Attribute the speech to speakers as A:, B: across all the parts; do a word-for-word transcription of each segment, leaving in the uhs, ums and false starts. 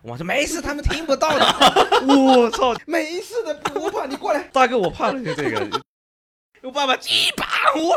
A: 我说没事，他们听不到的。我操，没事的，不怕，你过来，大哥，我怕了，就这个。我爸爸一把我。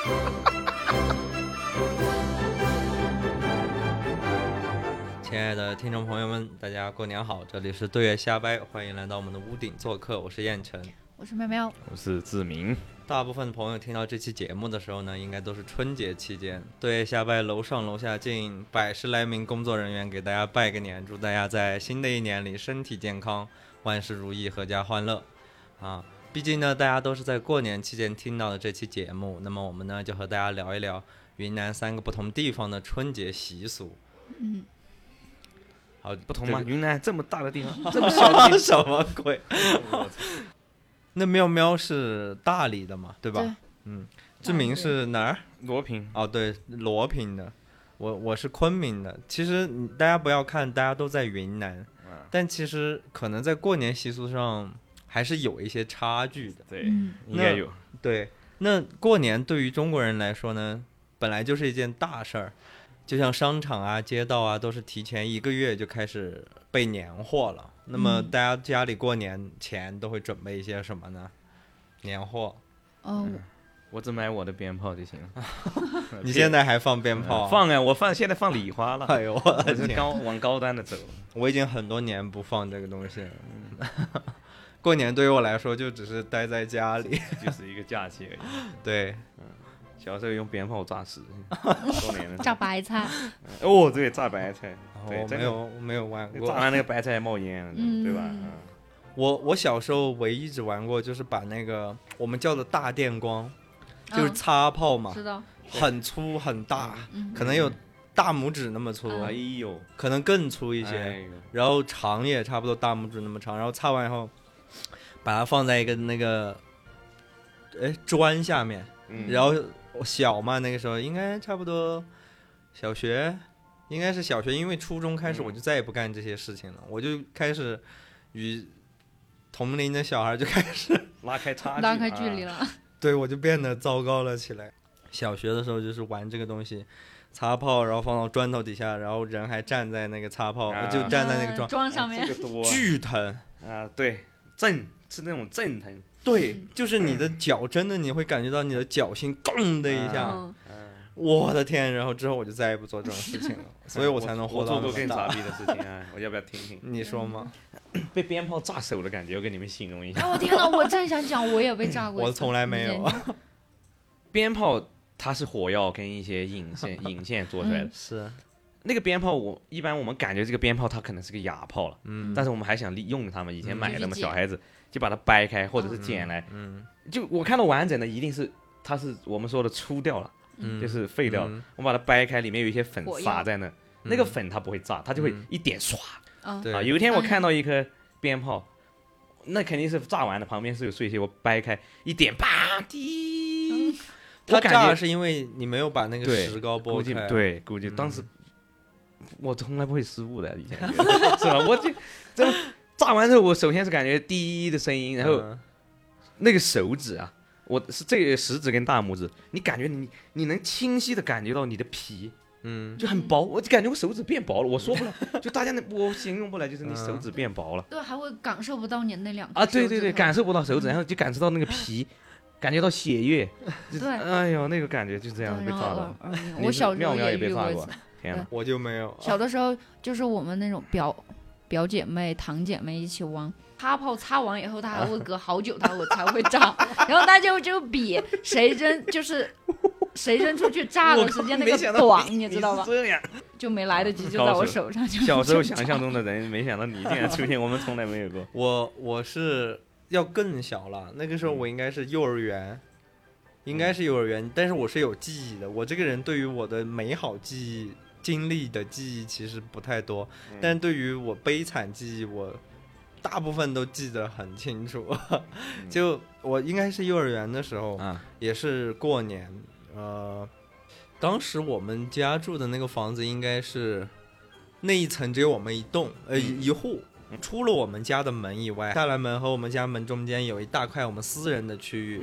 A: 亲爱的听众朋友们，大家过年好！这里是对月瞎掰，欢迎来到我们的屋顶做客，我是燕晨，
B: 我是喵喵，
A: 我是志明。大部分朋友听到这期节目的时候呢，应该都是春节期间。对月瞎掰楼上楼下近百十来名工作人员给大家拜个年，祝大家在新的一年里身体健康，万事如意，阖家欢乐啊！毕竟呢，大家都是在过年期间听到的这期节目，那么我们呢就和大家聊一聊云南三个不同地方的春节习俗。
B: 嗯。
A: 好，
C: 不同吗？云南这么大的地方，这么小的地方，
A: 什么鬼？那喵喵是大理的嘛，对吧？
B: 对。
A: 嗯，志明是哪儿？
C: 罗平。
A: 哦，对，罗平的。我我是昆明的。其实大家不要看，大家都在云南，嗯、但其实可能在过年习俗上还是有一些差距的。
C: 对，嗯、应该有。
A: 对，那过年对于中国人来说呢，本来就是一件大事儿。就像商场啊、街道啊，都是提前一个月就开始备年货了。那么大家家里过年前都会准备一些什么呢？年货。
B: 哦、
C: 嗯，我只买我的鞭炮就行了。
A: 你现在还放鞭炮、啊
C: 嗯？放啊，我放现在放礼花了。
A: 哎呦，我
C: 的天，高往高端的走。
A: 我已经很多年不放这个东西了。嗯、过年对于我来说就只是待在家里，
C: 就是一个假期而已。
A: 对。
C: 嗯，小时候用鞭炮炸死，多年了。
B: 炸白菜。
C: 哦，对，炸白菜。对，
A: 我没有，我没有玩过。
C: 炸完那个白菜还冒烟了，
B: 嗯、
C: 对吧？嗯、
A: 我我小时候唯一只玩过就是把那个我们叫的大电光，就是擦炮嘛，
B: 知道，
A: 很粗很大，
B: 嗯、
A: 可能有大拇指那么粗，
C: 哎呦，
A: 可能更粗一些，
C: 哎、
A: 然后长也差不多大拇指那么长，然后擦完以后，把它放在一个那个，哎砖下面，
C: 嗯、
A: 然后。我小嘛，那个时候应该差不多小学，应该是小学，因为初中开始我就再也不干这些事情了，嗯、我就开始与同龄的小孩就开始
C: 拉开差距，
B: 拉开距离了。啊、
A: 对，我就变得糟糕了起来。小学的时候就是玩这个东西，擦炮，然后放到砖头底下，然后人还站在那个擦炮，啊、就站在那个桩、
B: 啊、桩上面，
A: 巨疼
C: 啊！对，震是那种震疼。
A: 对，就是你的脚真的你会感觉到你的脚心咚的一下，
B: 嗯、
A: 我的天！然后之后我就再也不做这种事情了，所以我才能活到那么大。
C: 我做过更傻逼的事情啊！我要不要听听？
A: 你说吗？
C: 被鞭炮炸手的感觉，我跟你们形容一下。
B: 哦天哪！我正想讲，我也被炸过。
A: 我从来没有。
C: 鞭炮它是火药跟一些引线引线做出来的，
A: 嗯、是。
C: 那个鞭炮我，我一般我们感觉这个鞭炮它可能是个哑炮了，嗯，但是我们还想利用它们，以前买的嘛，小孩子就把它掰开或者是剪来，
A: 嗯，
C: 就我看到完整的一定是它是我们说的粗掉了，嗯，就是废掉了，嗯、我把它掰开，里面有一些粉撒在那，嗯、那个粉它不会炸，它就会一点唰，
B: 嗯、
C: 啊，有一天我看到一颗鞭炮，那肯定是炸完的，旁边是有碎屑，我掰开一点，啪滴，
A: 它炸是因为你没有把那个石膏剥开，
C: 对，估计当时。我从来不会失误的，以前是吧？我这这炸完之后，我首先是感觉滴的声音，然后、嗯、那个手指啊，我是这个食指跟大拇指，你感觉你你能清晰的感觉到你的皮，
A: 嗯，
C: 就很薄，我就感觉我手指变薄了，我说不来，就大家那我形容不来，就是你手指变薄了，
B: 对，还会感受不到你那两
C: 啊，对对对，感受不到手指，然后就感受到那个皮。感觉到血液，
B: 对，
C: 哎呦，那个感觉就这样被炸到。
B: 我小时候
C: 也
B: 遇
C: 过一次，天哪，
A: 我就没有。
B: 小的时候就是我们那种表表姐妹、堂姐妹一起玩，擦炮擦完以后，它还会隔好久，它我才会炸，然后大家就比谁扔，就是谁扔出去炸的时间那个短，你知道吧？
C: 这样
B: 就没来得及，就在我手上就。
C: 小时候想象中的人，没想到你竟然出现，我们从来没有过。
A: 我我是。要更小了，那个时候我应该是幼儿园，嗯、应该是幼儿园，但是我是有记忆的。我这个人对于我的美好记忆、经历的记忆其实不太多，嗯、但对于我悲惨记忆，我大部分都记得很清楚。嗯、就我应该是幼儿园的时候，
C: 啊、
A: 也是过年，呃，当时我们家住的那个房子应该是那一层只有我们一栋，呃，嗯、一户。除了我们家的门以外，下来门和我们家门中间有一大块我们私人的区域，
C: 嗯、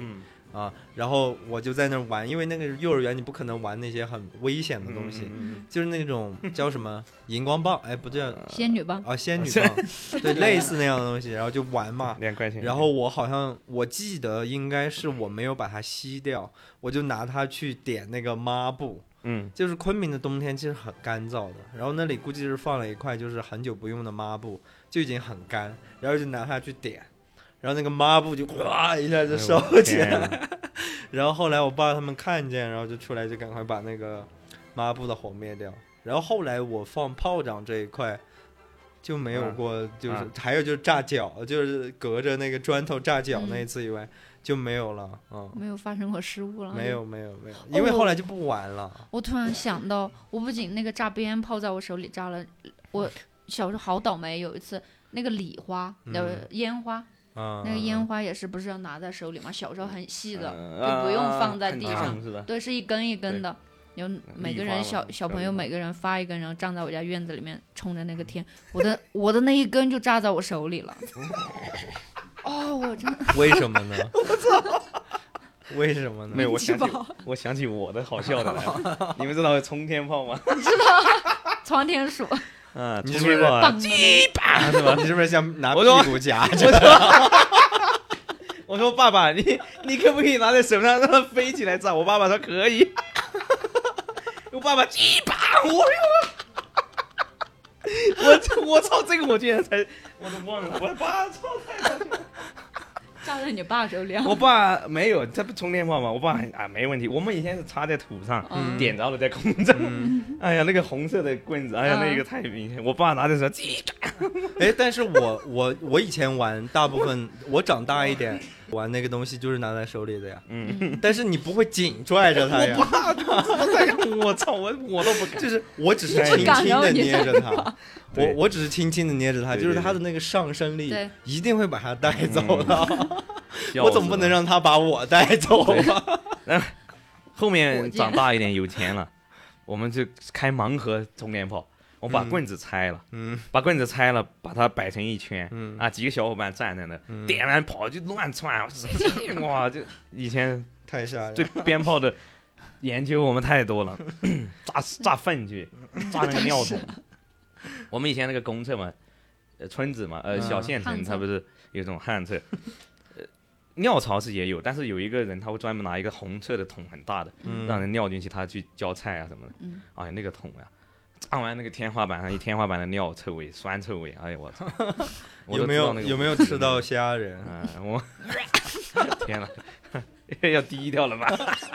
A: 啊，然后我就在那儿玩，因为那个幼儿园你不可能玩那些很危险的东西，
C: 嗯嗯嗯
A: 就是那种叫什么荧光棒，哎，不叫
B: 仙女棒
A: 啊仙女棒，对，类似那样的东西，然后就玩嘛。
C: 两块钱。
A: 然后我好像我记得应该是我没有把它吸掉，我就拿它去点那个抹布。
C: 嗯，
A: 就是昆明的冬天其实很干燥的，然后那里估计是放了一块就是很久不用的抹布，就已经很干，然后就拿它去点，然后那个抹布就哗一下就烧起来，
C: 哎、
A: 然后后来我爸他们看见，然后就出来就赶快把那个抹布的火灭掉，然后后来我放炮仗这一块就没有过，就是、
C: 啊、
A: 还有就是炸脚，就是隔着那个砖头炸脚那一次以外。嗯就没有了，嗯，
B: 没有发生过失误了，
A: 没有没有没有，因为后来就不玩了。
B: 哦、我突然想到，我不仅那个炸鞭炮在我手里炸了，我小时候好倒霉，有一次那个礼花，呃、嗯，烟花，
A: 嗯，
B: 那个烟花也是不是要拿在手里嘛？小时候很细的，
C: 嗯、
B: 就不用放在地上，
C: 啊、
B: 对，是一根一根的。有每个人小小朋友每个人发一根，然后站在我家院子里面冲着那个天，我的我的那一根就炸在我手里了。哦，我真的
A: 为什么呢？我操！为什么呢？
C: 没有，我想起我想起我的好笑的来了。你们知道冲天炮吗？
B: 知道，冲天鼠。
C: 嗯，
A: 你是不是
C: 鸡巴是吧？
A: 你是不是想拿屁股夹
C: 着？我说，我说爸爸，你你可不可以拿在手上让它飞起来炸？我爸爸说可以。我爸爸鸡巴，我我我操，这个我竟然才我都忘了，我爸操太搞笑了。
B: 炸在你爸手里啊？
C: 我爸没有，这不充电炮吗？我爸啊没问题。我们以前是插在土上，嗯、点着了在空中。嗯、哎呀，那个红色的棍子，哎呀，嗯、那个太明显。我爸拿的时候，
A: 哎，但是我我我以前玩大部分，我长大一点玩那个东西就是拿在手里的呀。嗯，但是你不会紧拽着它呀。
C: 我爸我操，我我都不敢，
A: 就是我只是轻轻的捏着它。我我只是轻轻的捏着它，就是它的那个上升力一定会把它带走的。嗯、我总不能让它把我带走吧？
C: 后面长大一点有钱了，我们就开盲盒充电炮。我把棍子拆了，嗯，把棍子拆了，把它摆成一圈，嗯啊，几个小伙伴站在那，嗯、点完炮就乱窜，哇，就以前
A: 太吓人。
C: 对鞭炮的研究我们太多了，炸炸粪去，炸那个尿桶。我们以前那个公厕嘛，呃，村子嘛，呃，小县城，它不是有种旱厕，呃，尿槽是也有，但是有一个人他会专门拿一个红色的桶，很大的，嗯、让人尿进去，他去浇菜啊什么的。嗯、哎呀，那个桶呀，炸完那个天花板上一天花板的尿臭味、酸臭味，哎呀我操！
A: 有没有有没有吃到虾仁？
C: 嗯，我天哪，要低调了吧？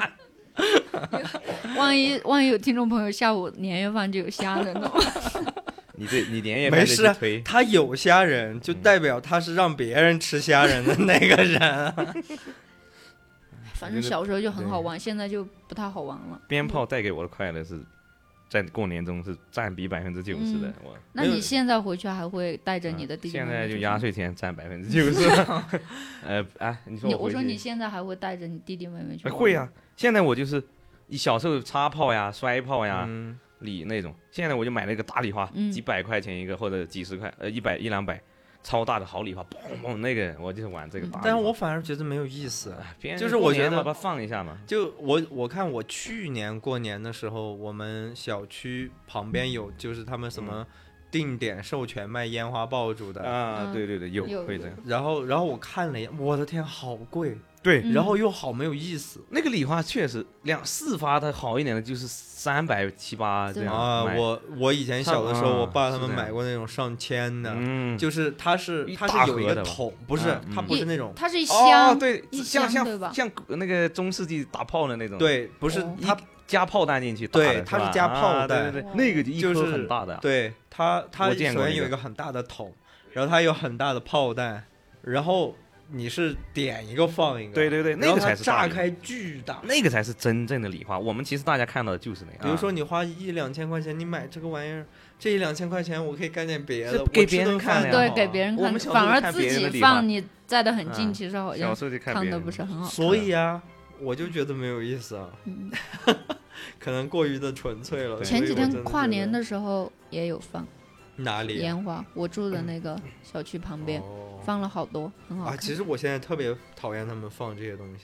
B: 万一万一有听众朋友下午年夜饭就有虾仁呢？
C: 你这你年夜饭
A: 没事，他有虾仁就代表他是让别人吃虾仁的那个人。
B: 反正小时候就很好玩，现在就不太好玩了。
C: 鞭炮带给我的快乐是在过年中是占比百分之九十的。我
B: 那你现在回去还会带着你的弟弟妹妹？
C: 现在就压岁钱占百分之九十。呃啊，你说我
B: 我说你现在还会带着你弟弟妹妹去？
C: 会啊，现在我就是你小时候插炮呀、摔炮呀。嗯礼那种，现在我就买了一个大礼花，嗯、几百块钱一个，或者几十块，呃，一百一两百，超大的好礼花，嘣嘣那个，我就是玩这个大礼花。
A: 但是我反而觉得没有意思，
C: 嗯、
A: 就是我觉得
C: 把它放一下嘛。
A: 就我我看我去年过年的时候，我们小区旁边有就是他们什么定点授权卖烟花爆竹的
C: 啊，对对对，有会这样。
A: 然后然后我看了一眼，我的天，好贵。
C: 对，
A: 然后又好没有意思。
C: 嗯、那个礼花确实两四发，它好一点的就是三百七八这样
A: 啊。我我以前小的时候，我爸他们买过那种上千的，嗯，就是它是它是有一个桶，不是它不是那种，
B: 它是一箱，
C: 哦、对，
B: 一箱
C: 像
B: 对吧？
C: 像那个中世纪打炮的那种，
A: 对，不是它
C: 加炮弹进去，
A: 对，它是加炮弹，
C: 啊、对对对，那个一颗很大的，
A: 对它它首先有一个很大的桶，然后它有很大的炮弹，然后。你是点一个放一个，
C: 对对对，那个才是
A: 炸开巨大，
C: 那个才是真正的礼花。我们其实大家看到的就是那个。
A: 比如说你花一两千块钱，你买这个玩意儿，这一两千块钱我可以干点别的，
C: 给别人看，
B: 对，给别人看，反而自己放你在的很近，其实好像看的不是很好。
A: 所以啊，我就觉得没有意思啊，可能过于的纯粹了。
B: 前几天跨年的时候也有放。
A: 哪里、啊、
B: 烟花？我住的那个小区旁边、哦、放了好多，很好看。
A: 啊，其实我现在特别讨厌他们放这些东西，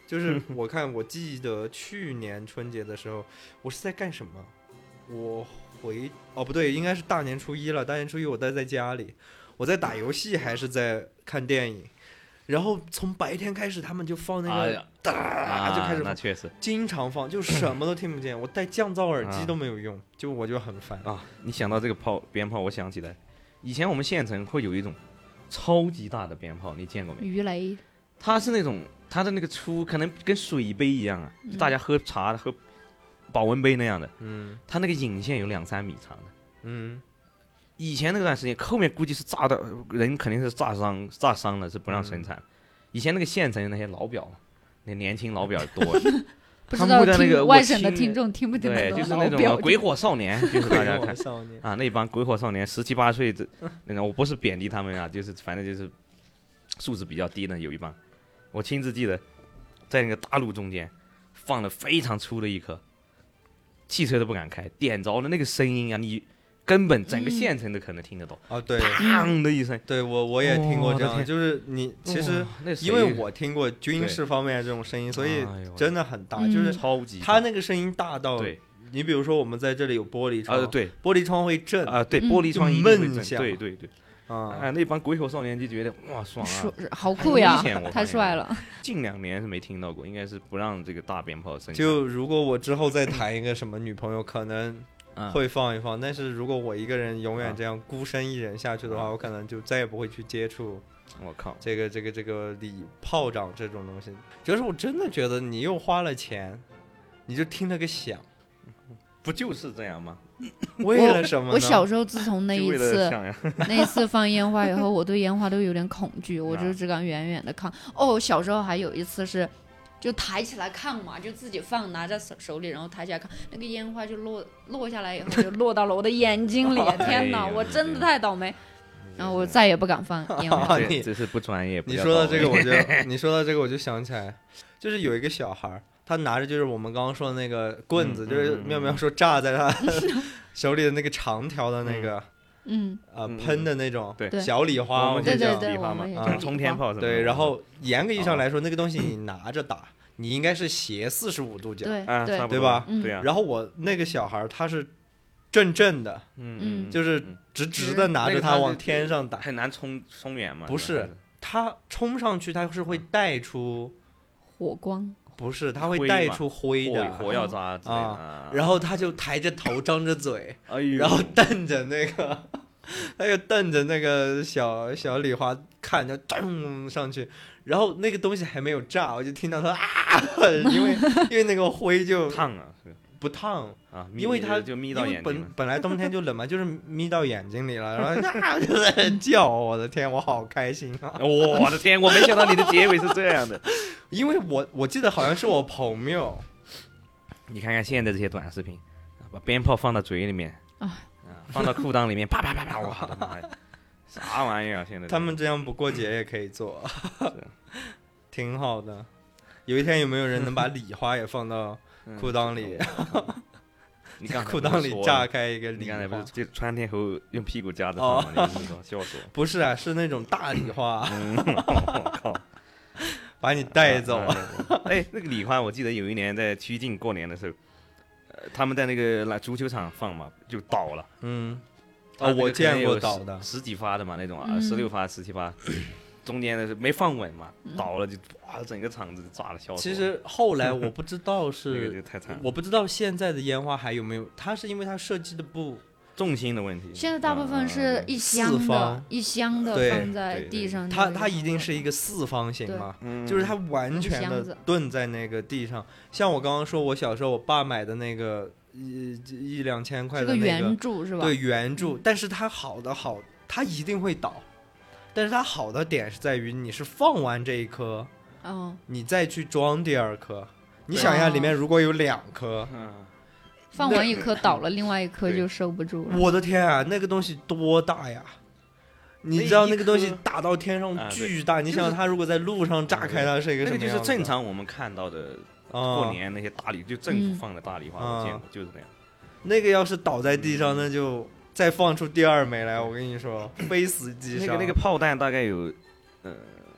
A: 就是我看我记得去年春节的时候，我是在干什么？我回哦不对，应该是大年初一了。大年初一我待在家里，我在打游戏还是在看电影？然后从白天开始，他们就放那个，
C: 哎呀
A: 哒、
C: 啊，
A: 就开始放，
C: 那确实
A: 经常放，就什么都听不见。我戴降噪耳机
C: 啊
A: 都没有用，就我就很烦。
C: 啊。你想到这个炮鞭炮，我想起来，以前我们县城会有一种超级大的鞭炮，你见过没？
B: 鱼雷，
C: 它是那种它的那个粗，可能跟水杯一样啊，
B: 嗯
C: 就大家喝茶喝保温杯那样的，
A: 嗯
C: 它那个引线有两三米长的。
A: 嗯
C: 以前那段时间，后面估计是炸的，人肯定是炸伤炸伤了，是不让生产。
A: 嗯
C: 以前那个县城那些老表，那年轻老表多，
B: 不知道
C: 他们会在那个我
B: 听外省的
C: 亲
B: 听众听不听得
C: 对，
B: 懂
C: 就是那种
B: 老表
C: 鬼火少年，就是大家看
A: 少年，
C: 啊，那帮鬼火少年十七八岁，这那个我不是贬低他们啊，就是反正就是素质比较低的有一帮，我亲自记得在那个大路中间放了非常粗的一颗，汽车都不敢开，点着了那个声音啊，你根本整个县城都可能听得到，
A: 啊，对
C: 砰的一声。
A: 对，我我也听过这样，
C: 哦我的天
A: 就是你其实
C: 哇那谁
A: 因为我听过军事方面的这种声音，所以
C: 哎呦
A: 真的很大，
B: 嗯
A: 就是
C: 超级
A: 它那个声音大到，
C: 对
A: 你比如说我们在这里有玻璃
C: 啊
A: 窗，
C: 对
A: 玻璃窗会震
C: 啊对，
B: 嗯
C: 玻璃窗
A: 就
C: 一定会震
A: 闷响
C: 对对对，
A: 啊，
C: 啊那帮鬼火少年就觉得哇爽啊
B: 说，好酷呀
C: 很危险我，发
B: 太
C: 现
B: 帅了。
C: 近两年是没听到过，应该是不让这个大鞭炮生产。
A: 就如果我之后再谈一个什么女朋友，可能
C: 啊
A: 会放一放，但是如果我一个人永
C: 啊
A: 远这样孤身一人下去的话，
C: 啊
A: 我可能就再也不会去接触
C: 我靠，
A: 这个这个这个礼炮仗这种东西。主要是我真的觉得你又花了钱，你就听那个响，
C: 不就是这样吗？
A: 为了什么呢？
B: 我小时候自从那
C: 就为了
B: 一次
C: 像呀，
B: 那一次放烟花以后，我对烟花都有点恐惧，我
C: 啊
B: 就只敢远远的看。哦，小时候还有一次是，就抬起来看嘛，就自己放，拿在手手里，然后抬起来看，那个烟花就落落下来以后，就落到了我的眼睛里。天哪，
C: 哎呀
B: 我真的太倒霉。然后我再也不敢放烟花。
A: 你
C: 这这是不专业。不
A: 你
C: 叫到
A: 说到这个，
C: 位
A: 我就你说到这个，我就想起来，就是有一个小孩儿，他拿着就是我们刚刚说的那个棍子，
C: 嗯
A: 就是
C: 嗯嗯
A: 妙妙说炸在他手里的那个长条的那个
B: 嗯，
A: 呃
C: 嗯
A: 喷的那种
C: 对
B: 对
A: 小礼花，
C: 我们就
A: 们就叫
B: 对对对，
C: 礼花嘛
A: 啊
B: 我们也叫
C: 冲
B: 礼花。
C: 天炮什么的。
A: 对。然后严格意义上
C: 哦
A: 来说，那个东西你拿着打，你应该是斜四十五度角。
B: 对
C: 啊，
B: 对
C: 差不多
A: 对吧
B: 嗯
C: 对呀。
A: 然后我那个小孩儿他是正正的，
C: 嗯
B: 嗯
A: 就是
C: 嗯
A: 直直的拿着
C: 那个他是
A: 它往天上打。
C: 很难冲冲远嘛。
A: 不是他冲上去，他是会带出，
B: 火光，
A: 不是他会
C: 灰嘛
A: 带出灰
C: 火
A: 的，
C: 火药渣之类的
A: 啊
C: 啊。
A: 然后他就抬着头，张着嘴，
C: 哎呦，
A: 然后瞪着那个，他就瞪着那个小小礼花看，就咚上去，然后那个东西还没有炸，我就听到他啊，因为因为那个灰就
C: 烫啊，是
A: 不烫，
C: 啊，眯
A: 因为它
C: 就眯到
A: 因为
C: 眼睛了
A: 本。本来冬天就冷嘛，就是眯到眼睛里了，然后啊就在那叫，我的天，我好开心啊！
C: 我的天，我没想到你的结尾是这样的。
A: 因为我我记得好像是我朋友，
C: 你看看现在这些短视频，把鞭炮放到嘴里面
B: 啊
C: 啊，放到裤裆里面，啪啪啪啪，我的妈呀，啥玩意儿啊！现在
A: 他们这样不过节也可以做，挺好的。有一天有没有人能把礼花也放到裤裆里，
C: 你刚才
A: 裤裆里炸开一个礼
C: 你刚才不
A: 花
C: 是？就穿天猴用屁股夹着放吗？你说笑死我！
A: 不是啊，是那种大礼花，
C: 嗯，我靠，
A: 把你带走。
C: 啊。啊啊哎，那个礼花，我记得有一年在曲靖过年的时候，呃，他们在那个篮足球场放嘛，就倒了。
A: 嗯，
C: 它那个
A: 哦我见
C: 可能有十
A: 过倒的
C: 十几发的嘛，那种啊，
B: 嗯
C: 十六发、十七发，中间的是没放稳嘛，
B: 嗯
C: 倒了就哇，整个场子就炸了，笑死我。
A: 其实后来我不知道
C: 那个
A: 是
C: 就太惨了，
A: 我不知道现在的烟花还有没有，它是因为它设计的不
C: 重心的问题。
B: 现在大部分是一
A: 四
B: 箱的
A: 方，
B: 一箱的
A: 对
B: 放在
C: 对对
B: 地上。
A: 它它一定是一个四方形嘛，
C: 嗯，
A: 就是它完全的
B: 一个箱子
A: 蹲在那个地上。像我刚刚说，我小时候我爸买的那个一一两千块
B: 是个
A: 的那
B: 圆柱是吧？
A: 对圆柱，
B: 嗯
A: 但是它好的好，它一定会倒。但是它好的点是在于，你是放完这一颗，
B: 嗯，
A: 你再去装第二颗。你想一下，里面如果有两颗，
C: 嗯，
B: 放完一颗倒了，另外一颗
C: 对
B: 就收不住了。
A: 我的天啊，那个东西多大呀！你知道那个东西打到天上
C: 啊对
A: 巨大，你想想它如果在路上炸开，它是一个
C: 那个就是
A: 什么样子？
C: 正常我们看到的
A: 啊
C: 过年那些大礼，就政府
B: 嗯
C: 放的大礼花，
A: 啊
C: 我见过，就是那样。
A: 那个要是倒在地上，那就再放出第二枚来，我跟你说，非死即伤。
C: 那个那个炮弹大概有，呃，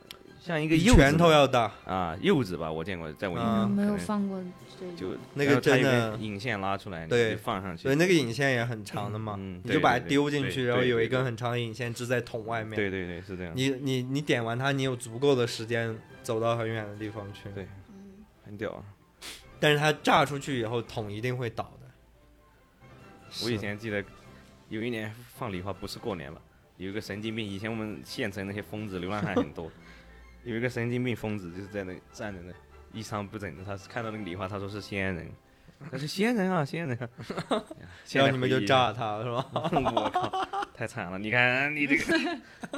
C: 像一个柚子
A: 拳头要大
C: 啊，柚子吧，我见过，在我印象
A: 啊
C: 中
B: 没有
C: 可能
B: 放过这个。
C: 就
A: 那个真的
C: 然后它有个引线拉出来，
A: 对
C: 你就放上去，
A: 对，那个引线也很长的嘛，
C: 嗯嗯
A: 你就把它
C: 对对对
A: 丢进去，
C: 对
A: 然后有一
C: 对对对
A: 根很长的引线支在桶外面。
C: 对对对，是这样，
A: 你你你点完它，你有足够的时间走到很远的地方去。
C: 对很屌啊！
A: 但是它炸出去以后，桶一定会倒的。
C: 我以前记得有一年放礼花，不是过年吧，有一个神经病，以前我们县城那些疯子流浪汉很多，有一个神经病疯子就是在那站着那衣裳不整的，他看到那个礼花，他说是西安人，他说西安人啊，西安人、啊，
A: 然后你们就炸他是吧？
C: 我靠，太惨了！你看你这个，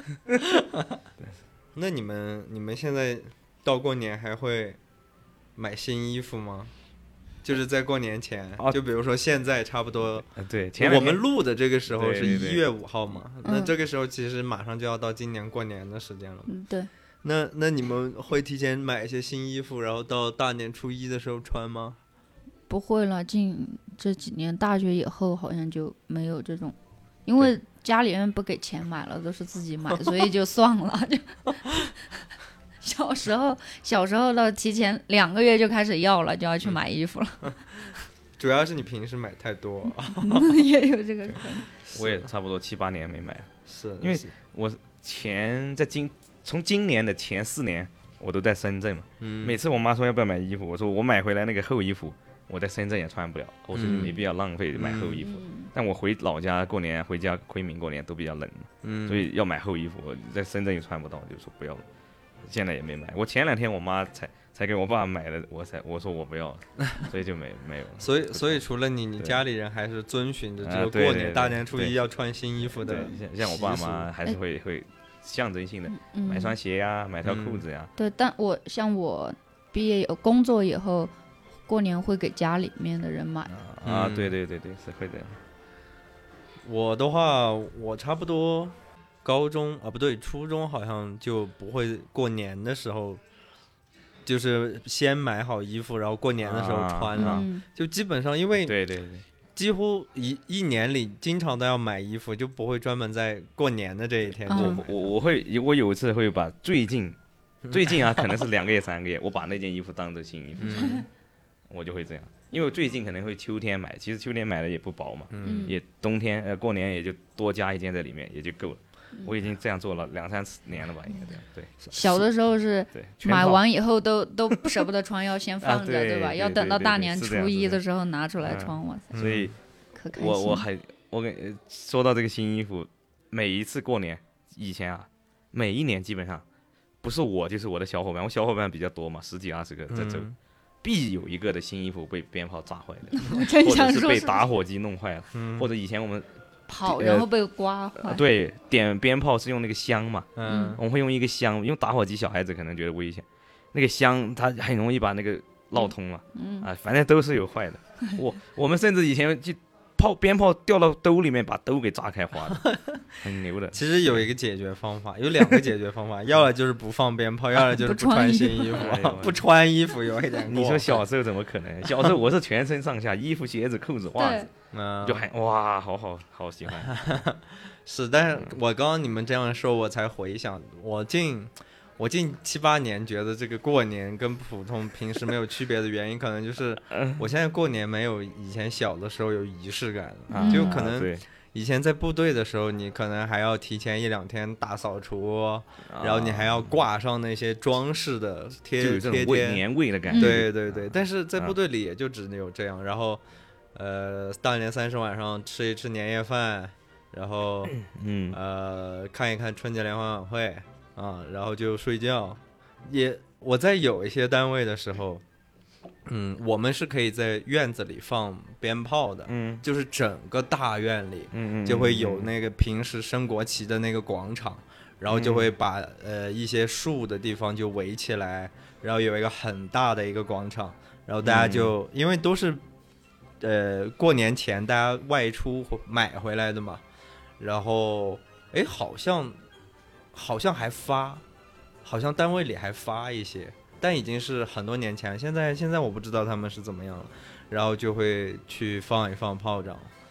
A: 那你们你们现在到过年还会买新衣服吗？就是在过年前，
C: 哦
A: 就比如说现在差不多，
C: 呃对，前两
A: 我们
C: 天
A: 录的这个时候是
C: 对对对
A: 一月五号嘛，那
B: 嗯
A: 这个时候其实马上就要到今年过年的时间了。
B: 嗯，对，
A: 那那你们会提前买一些新衣服，然后到大年初一的时候穿吗？
B: 不会了。近这几年大学以后，好像就没有这种，因为家里人不给钱买了，都是自己买，所以就算了。就小时候，小时候到提前两个月就开始要了，就要去买衣服了，
A: 主要是你平时买太多，
B: 也有这个可能。
C: 我也差不多七八年没买了，
A: 是
C: 因为
A: 是
C: 我前在今从今年的前四年我都在深圳嘛，
A: 嗯
C: 每次我妈说要不要买衣服，我说我买回来那个厚衣服，我在深圳也穿不了，我说
A: 嗯
C: 没必要浪费买厚衣服。但我回老家过年，回家昆明过年都比较冷，
A: 嗯，
C: 所以要买厚衣服，我在深圳也穿不到，就说不要了。现在也没买，我前两天我妈才才给我爸买的，我才我说我不要，所以就没没有了。
A: 所以所以除了你，你
C: 对
A: 家里人还是遵循着这
C: 啊
A: 个过年
C: 对对对
A: 大年初一
C: 对
A: 要穿新衣服
C: 对
A: 的，
C: 像像我爸妈还是
B: 哎
C: 会会象征性的
B: 嗯，
C: 买双鞋呀，买条裤子呀。
B: 对，但我像我毕业有工作以后，过年会给家里面的人买。
C: 啊，
A: 嗯
C: 对对对对，是会的。
A: 我的话，我差不多高中啊不对，初中好像就不会过年的时候，就是先买好衣服，然后过年的时候穿了，
C: 啊
B: 嗯，
A: 就基本上因为
C: 对对对，
A: 几乎一一年里经常都要买衣服，就不会专门在过年的这一天
B: 嗯
A: 去
C: 我
A: 买。
C: 我我会我有一次会把最近最近啊，可能是两个月三个月，我把那件衣服当做新衣服，
A: 嗯
C: 我就会这样。因为我最近可能会秋天买，其实秋天买的也不薄嘛，
A: 嗯
C: 也冬天呃过年也就多加一件在里面也就够了。我已经这样做了两三年了吧，应该这样。对
B: 小的时候是
C: 对，全套
B: 买完以后都都舍不得穿，要先放着，
C: 对
B: 对吧？
C: 对
B: 要等到
C: 对对对
B: 大年初
C: 是这样是这样
B: 一的时候拿出来
C: 嗯
B: 穿，哇塞，
C: 所以
B: 可开心。
C: 我我还我给呃说到这个新衣服，每一次过年以前啊，每一年基本上不是我就是我的小伙伴，我小伙伴比较多嘛，十几二十个在走，
A: 嗯
C: 必有一个的新衣服被鞭炮炸坏的，
B: 我真
C: 或者是
B: 想说是
C: 被打火机弄坏了，
A: 嗯
C: 或者以前我们
B: 跑，
C: 呃
B: 然后被刮坏。
C: 呃对点鞭炮是用那个香嘛，
A: 嗯
C: 我们会用一个香，用打火机小孩子可能觉得危险，那个香它很容易把那个烙通了，
B: 嗯
C: 啊，反正都是有坏的。我我们甚至以前就炮鞭炮掉到兜里面，把兜给炸开花的，很牛的。
A: 其实有一个解决方法，有两个解决方法，要么就是不放鞭炮，要么就是
B: 不穿衣
A: 穿新衣
C: 哎呦
A: 服。不穿衣服有一点过
C: 你说小时候怎么可能？小时候我是全身上下衣服、鞋子、裤子、袜
B: 对
C: 子，，
A: 嗯
C: 就很哇，好好好喜欢。
A: 是，但是我刚刚你们这样说，我才回想，我近我近七八年觉得这个过年跟普通平时没有区别的原因，可能就是我现在过年没有以前小的时候有仪式感了，
B: 嗯
A: 就可能
C: 啊对，
A: 以前在部队的时候，你可能还要提前一两天大扫除，然后你还要挂上那些装饰的
C: 啊就
A: 贴
C: 有这种味
A: 贴贴，
C: 年味的感觉。
A: 对对对，但是在
C: 啊
A: 部队里也就只有这样，然后呃大年三十晚上吃一吃年夜饭，然后
C: 嗯
A: 呃看一看春节联欢晚会啊，然后就睡觉。也我在有一些单位的时候，嗯，我们是可以在院子里放鞭炮的，
C: 嗯
A: 就是整个大院里
C: 嗯嗯，
A: 就会有那个平时升国旗的那个广场，然后就会把呃一些树的地方就围起来，然后有一个很大的一个广场，然后大家就、因为都是呃过年前大家外出买回来的嘛，然后哎好像好像还发，好像单位里还发一些，但已经是很多年前，现在现在我不知道他们是怎么样了，然后就会去放一放炮仗。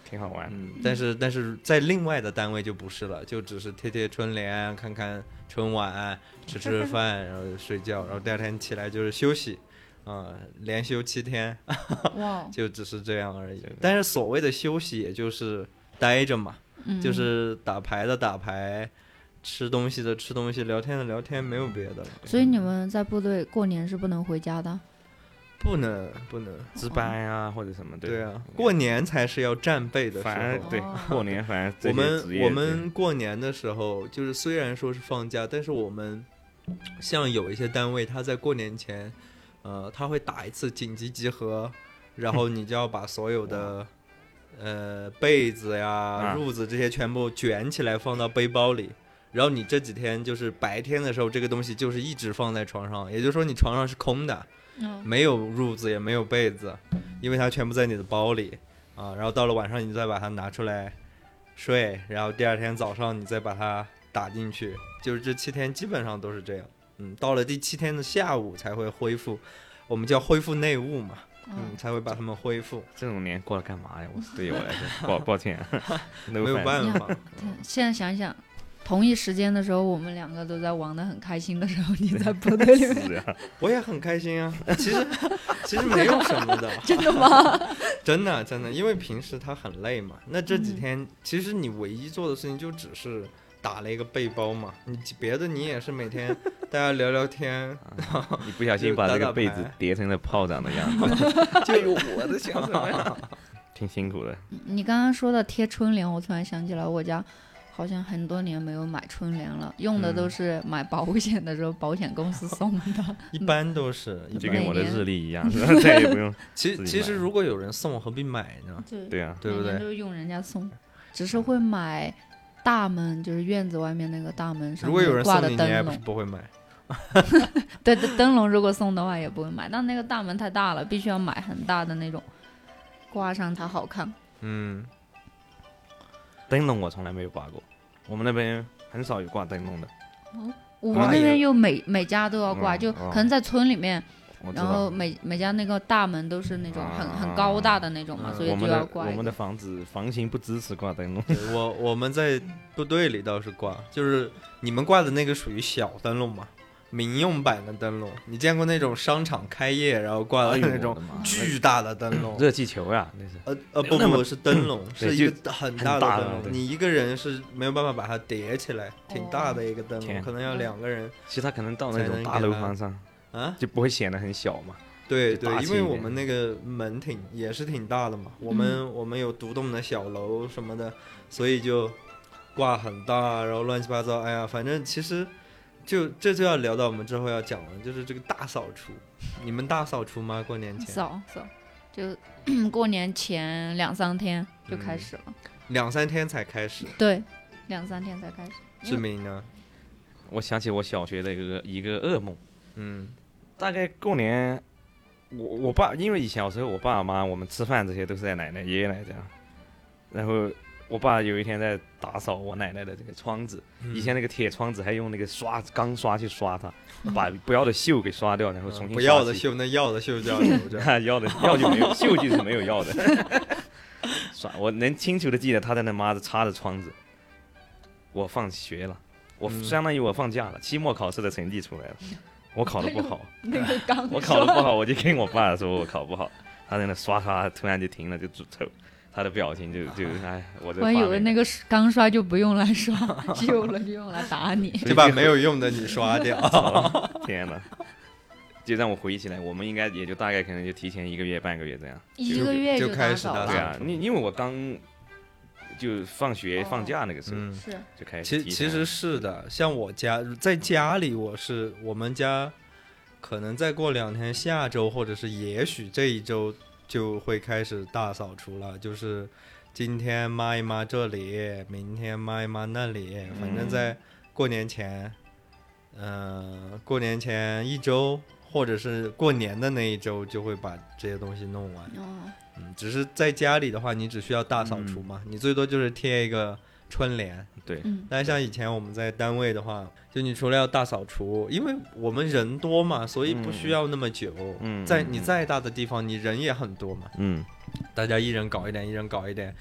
C: 挺好玩。
A: 嗯，但是但是在另外的单位就不是了，就只是贴贴春联，看看春晚，吃吃饭，然后睡觉，然后第二天起来就是休息，啊、呃，连休七天，
B: 哇，
A: 就只是这样而已。但是所谓的休息，也就是待着嘛，
B: 嗯、
A: 就是打牌的打牌，吃东西的吃东西，聊天的聊天，没有别的了。
B: 所以你们在部队过年是不能回家的？
A: 不能不能
C: 值班啊或者什么的。
A: 对啊，过年才是要战备的时候。
C: 反而对、
B: 哦、
C: 过年反而这
A: 我
C: 些职业
A: 们我们过年的时候，就是虽然说是放假，但是我们像有一些单位，他在过年前，呃，他会打一次紧急集合，然后你就要把所有的呃被子呀、褥子这些全部卷起来放到背包里。然后你这几天就是白天的时候，这个东西就是一直放在床上，也就是说你床上是空的。
B: 嗯、
A: 没有褥子也没有被子，因为它全部在你的包里啊。然后到了晚上你再把它拿出来睡，然后第二天早上你再把它打进去，就是这七天基本上都是这样。嗯，到了第七天的下午才会恢复，我们叫恢复内务嘛，嗯，才会把它们恢复。
C: 这种年过了干嘛呀？我对于我来说，抱抱歉，
A: 没有办法。
B: 现在想想。同一时间的时候，我们两个都在玩得很开心的时候，你在部队里面，
A: 我也很开心啊。其实其实没有什么的，
B: 真的吗？
A: 真的真的，因为平时他很累嘛。那这几天、嗯、其实你唯一做的事情就只是打了一个背包嘛，你别的你也是每天大家聊聊天，
C: 啊、你不小心把这个被子叠成了炮仗的样子，
A: 就有我的想法，
C: 挺辛苦的。
B: 你刚刚说的贴春联，我突然想起来，我家。好像很多年没有买春联了，用的都是买保险的时候保险公司送的。
A: 一般都是，
C: 就跟我的日历一样，再也不用。
A: 其实其实如果有人送，何必买呢？
B: 对
C: 对啊，
A: 对不对？
B: 都是用人家送，只是会买大门，就是院子外面那个大门上面挂的灯笼。如果有人送你，你也不是不
A: 会买。
B: 对，灯笼如果送的话也不会买，但那个大门太大了，必须要买很大的那种，挂上才好看。
A: 嗯。
C: 灯笼我从来没有挂过，我们那边很少有挂灯笼的。
B: 哦，我们那边又每每家都要挂，
C: 嗯、
B: 就可能在村里面，
C: 哦、
B: 然后每每家那个大门都是那种很、啊、很高大的那种嘛，
A: 嗯、
B: 所以就要挂。
C: 我们的房子房型不支持挂灯笼。
A: 我我们在部队里倒是挂，就是你们挂的那个属于小灯笼嘛。民用版的灯笼，你见过那种商场开业然后挂的那种巨大的灯笼？
C: 热气球呀，那是。
A: 呃呃不不不是灯笼，是一个很大的灯笼，
C: 的
A: 你一个人是没有办法把它叠起来，挺大的一个灯笼，
C: 哦、
A: 可能要两个人。
C: 其实它可能到那种大楼房上
A: 啊，
C: 就不会显得很小嘛。
A: 对对，因为我们那个门挺也是挺大的嘛，我们、嗯、我们有独栋的小楼什么的，所以就挂很大，然后乱七八糟，哎呀，反正其实。就这就要聊到我们之后要讲了，就是这个大扫除。你们大扫除吗？过年前
B: 扫扫，就过年前两三天就开始了。嗯、
A: 两三天才开始。
B: 对，两三天才开始。
A: 志明呢？
C: 我想起我小学的一个一个噩梦。
A: 嗯，
C: 大概过年，我我爸因为以前小时候我爸妈我们吃饭这些都是在奶奶爷爷奶奶家，然后。我爸有一天在打扫我奶奶的这个窗子，嗯、以前那个铁窗子还用那个刷钢刷去刷它，嗯、把不要的锈给刷掉，然后重新刷、嗯、
A: 不要的锈，那要的锈叫什么？
C: 要的要就没有，锈就是没有要的。刷，我能清楚的记得他在那妈的擦着窗子。我放学了，我相当于我放假了，期末考试的成绩出来了，我考得不好，
B: 那个钢
C: 我考得不好，我就跟我爸说我考不好，他在那刷刷，突然就停了，就走。他的表情就就哎，我
B: 我以为那个钢刷就不用来刷，旧了就用来打你，
A: 就把没有用的你刷掉。
C: 天哪！就让我回忆起来，我们应该也就大概可能就提前一个月、半个月这样，
B: 一个月
A: 就开始
B: 了。
C: 对啊，因因为我刚就放学、
B: 哦、
C: 放假那个时候，
A: 嗯、
B: 是
C: 就开始。
A: 其其实是的，像我家在家里，我是我们家可能再过两天，下周或者是也许这一周。就会开始大扫除了，就是今天抹一抹这里，明天抹一抹那里，反正在过年前，嗯、呃，过年前一周或者是过年的那一周就会把这些东西弄完。
B: 哦，
A: 嗯，只是在家里的话，你只需要大扫除嘛，嗯、你最多就是贴一个春联。
C: 对，
A: 但是像以前我们在单位的话，就你除了要大扫除，因为我们人多嘛，所以不需要那么久。嗯，在你再大的地方，你人也很多嘛。
C: 嗯，
A: 大家一人搞一点，一人搞一点，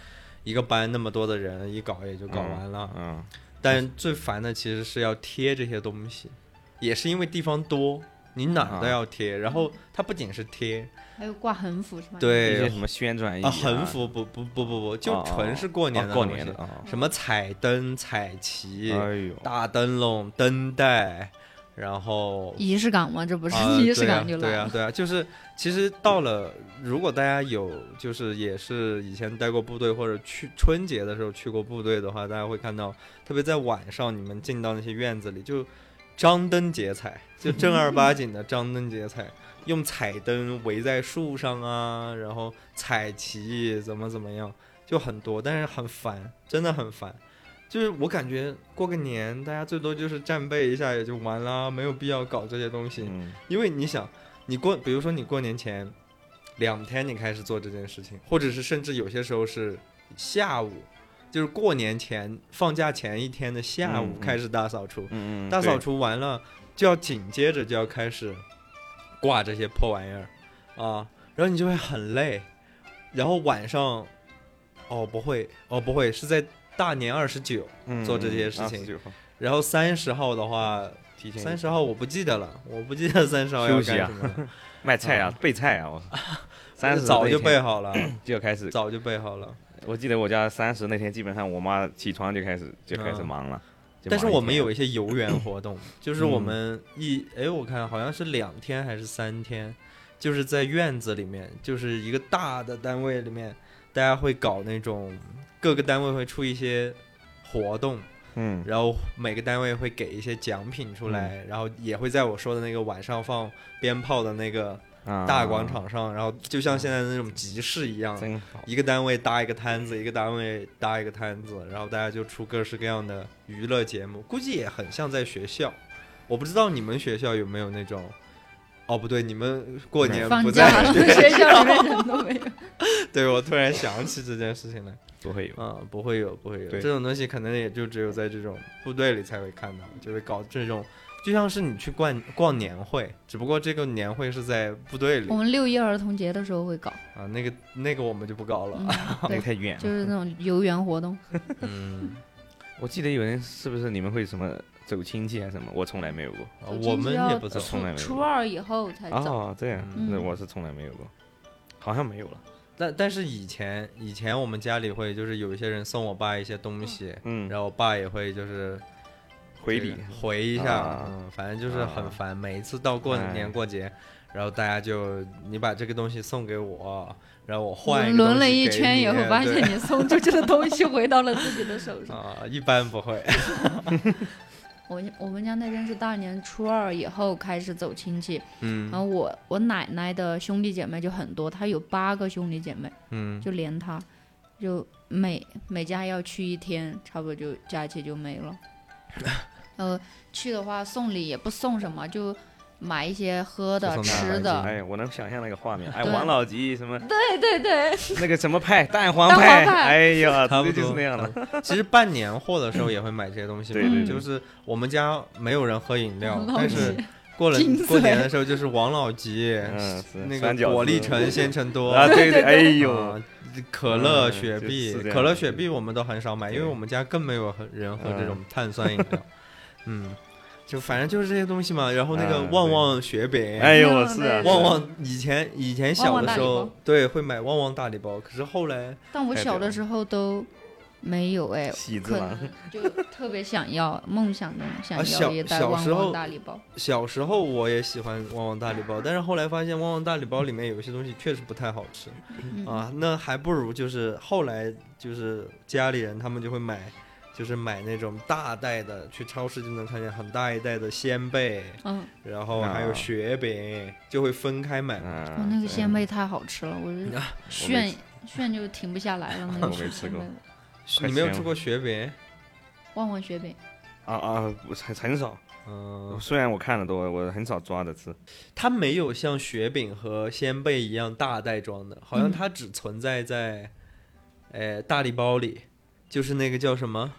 A: 一个班那么多的人，一搞也就搞完了。
C: 嗯，嗯
A: 但最烦的其实是要贴这些东西，也是因为地方多，你哪儿都要贴。然后它不仅是贴，
B: 还有挂横幅是吧？
C: 一
A: 对
C: 些什么宣传意义
A: 啊，横幅不不不不不，就纯是过年的东西，
C: 哦过年的，哦
A: 什么彩灯、彩旗、
C: 哎呦，
A: 大灯笼、灯带，然后
B: 仪式感吗？这不是、
A: 啊
B: 仪式感就来了。
A: 对啊，对啊，就是其实到了，如果大家有就是也是以前待过部队或者去春节的时候去过部队的话，大家会看到，特别在晚上你们进到那些院子里，就张灯结彩，就正儿八经的张灯结彩，用彩灯围在树上啊，然后彩旗怎么怎么样，就很多，但是很烦，真的很烦。就是我感觉过个年，大家最多就是战备一下也就完了，没有必要搞这些东西。
C: 嗯
A: 因为你想，你过，比如说你过年前两天你开始做这件事情，或者是甚至有些时候是下午，就是过年前放假前一天的下午
C: 嗯嗯
A: 开始大扫除，
C: 嗯嗯，
A: 大扫
C: 对
A: 除完了就要紧接着就要开始挂这些破玩意儿啊，然后你就会很累，然后晚上哦不会哦不会是在大年二十九
C: 嗯
A: 做这些事情
C: 二十九号
A: 然后三十号的话，
C: 提前
A: 三十号我不记得了，我不记得三十号要
C: 休息啊
A: 干什么了，
C: 卖菜啊，备菜啊，我三十
A: 早就备好了，
C: 就开始。
A: 早就备好了。
C: 我记得我家三十那天，基本上我妈起床就开始就开始忙了。就忙
A: 但是我们
C: 一天
A: 有一些游园活动，就是我们一哎，我看好像是两天还是三天，就是在院子里面，就是一个大的单位里面，大家会搞那种各个单位会出一些活动。
C: 嗯，
A: 然后每个单位会给一些奖品出来，嗯、然后也会在我说的那个晚上放鞭炮的那个大广场上，啊、然后就像现在的那种集市一样，一个单位搭一个摊子，一个单位搭一个摊子，然后大家就出各式各样的娱乐节目，估计也很像在学校。我不知道你们学校有没有那种。哦，不对，你们过年不在
B: 学校里面人都没有。
A: 对，我突然想起这件事情来。
C: 不会有
A: 啊、嗯，不会有，不会有。这种东西可能也就只有在这种部队里才会看到，就会搞这种，就像是你去逛逛年会，只不过这个年会是在部队里。
B: 我们六一儿童节的时候会搞
A: 啊，那个那个我们就不搞了，
B: 嗯、
C: 那个太远了，
B: 就是那种游园活动。
A: 嗯，
C: 我记得有人是不是你们会什么走亲戚还是什么？我从来没有过，
A: 啊、我们也不走，
C: 从来没有。
B: 初二以后才走。
C: 哦，这样，那、
B: 嗯、
C: 我是从来没有过，好像没有了。
A: 但但是以前以前我们家里会就是有一些人送我爸一些东西，
C: 嗯，
A: 然后我爸也会就是
C: 回礼
A: 回一下，
C: 啊、
A: 嗯，反正就是很烦。啊、每一次到过年过节，哎、然后大家就你把这个东西送给我，然后我换一个
B: 轮了一圈以后，发现你送出去的东西回到了自己的手上。
A: 啊，一般不会。
B: 我我们家那边是大年初二以后开始走亲戚，
A: 嗯，
B: 然后我我奶奶的兄弟姐妹就很多，她有八个兄弟姐妹，
A: 嗯，
B: 就连她，就每每家要去一天，差不多就假期就没了。呃，去的话送礼也不送什么，就买一些喝的吃的。
C: 哎，我能想象那个画面，哎，王老吉什么？
B: 对对对，
C: 那个什么派，蛋黄派，哎呀，
A: 差不多
C: 就是那样的。
A: 其实办年货的时候也会买这些东西嘛，
C: 对对，
A: 就是我们家没有人喝饮料，但是过了过年的时候就是王老吉，
C: 嗯，
A: 那个果粒橙、鲜橙多
C: 啊，对对，哎呦，
A: 可乐、雪碧，可乐、雪碧我们都很少买，因为我们家更没有人喝这种碳酸饮料，嗯。就反正就是这些东西嘛，然后那个旺旺雪饼，
C: 哎呦是啊，
A: 旺旺以前以前小的时候，对，会买旺旺大礼包，可是后来，
B: 但我小的时候都没有哎，可能就特别想要，梦想中想要一袋旺旺大礼包。
A: 小时候我也喜欢旺旺大礼包，但是后来发现旺旺大礼包里面有一些东西确实不太好吃，
B: 嗯、
A: 啊，那还不如就是后来就是家里人他们就会买。就是买那种大袋的，去超市就能看见很大一袋的鲜贝，
B: 嗯，
A: 然后还有雪饼，啊、就会分开买。
B: 哦，那个鲜贝太好吃了，我就炫炫就停不下来了。那个
C: 我没吃过，
A: 你没有吃过雪饼？
B: 旺旺雪饼
C: 啊啊，很很少。嗯，虽然我看的多，我很少抓着吃。
A: 它没有像雪饼和鲜贝一样大袋装的，好像它只存在在，呃、嗯，大礼包里，就是那个叫什么？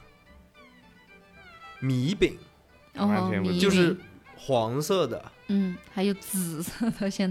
A: 米饼，
B: 哦，米饼
A: 就是黄色的，
B: 嗯，还有紫色的，现在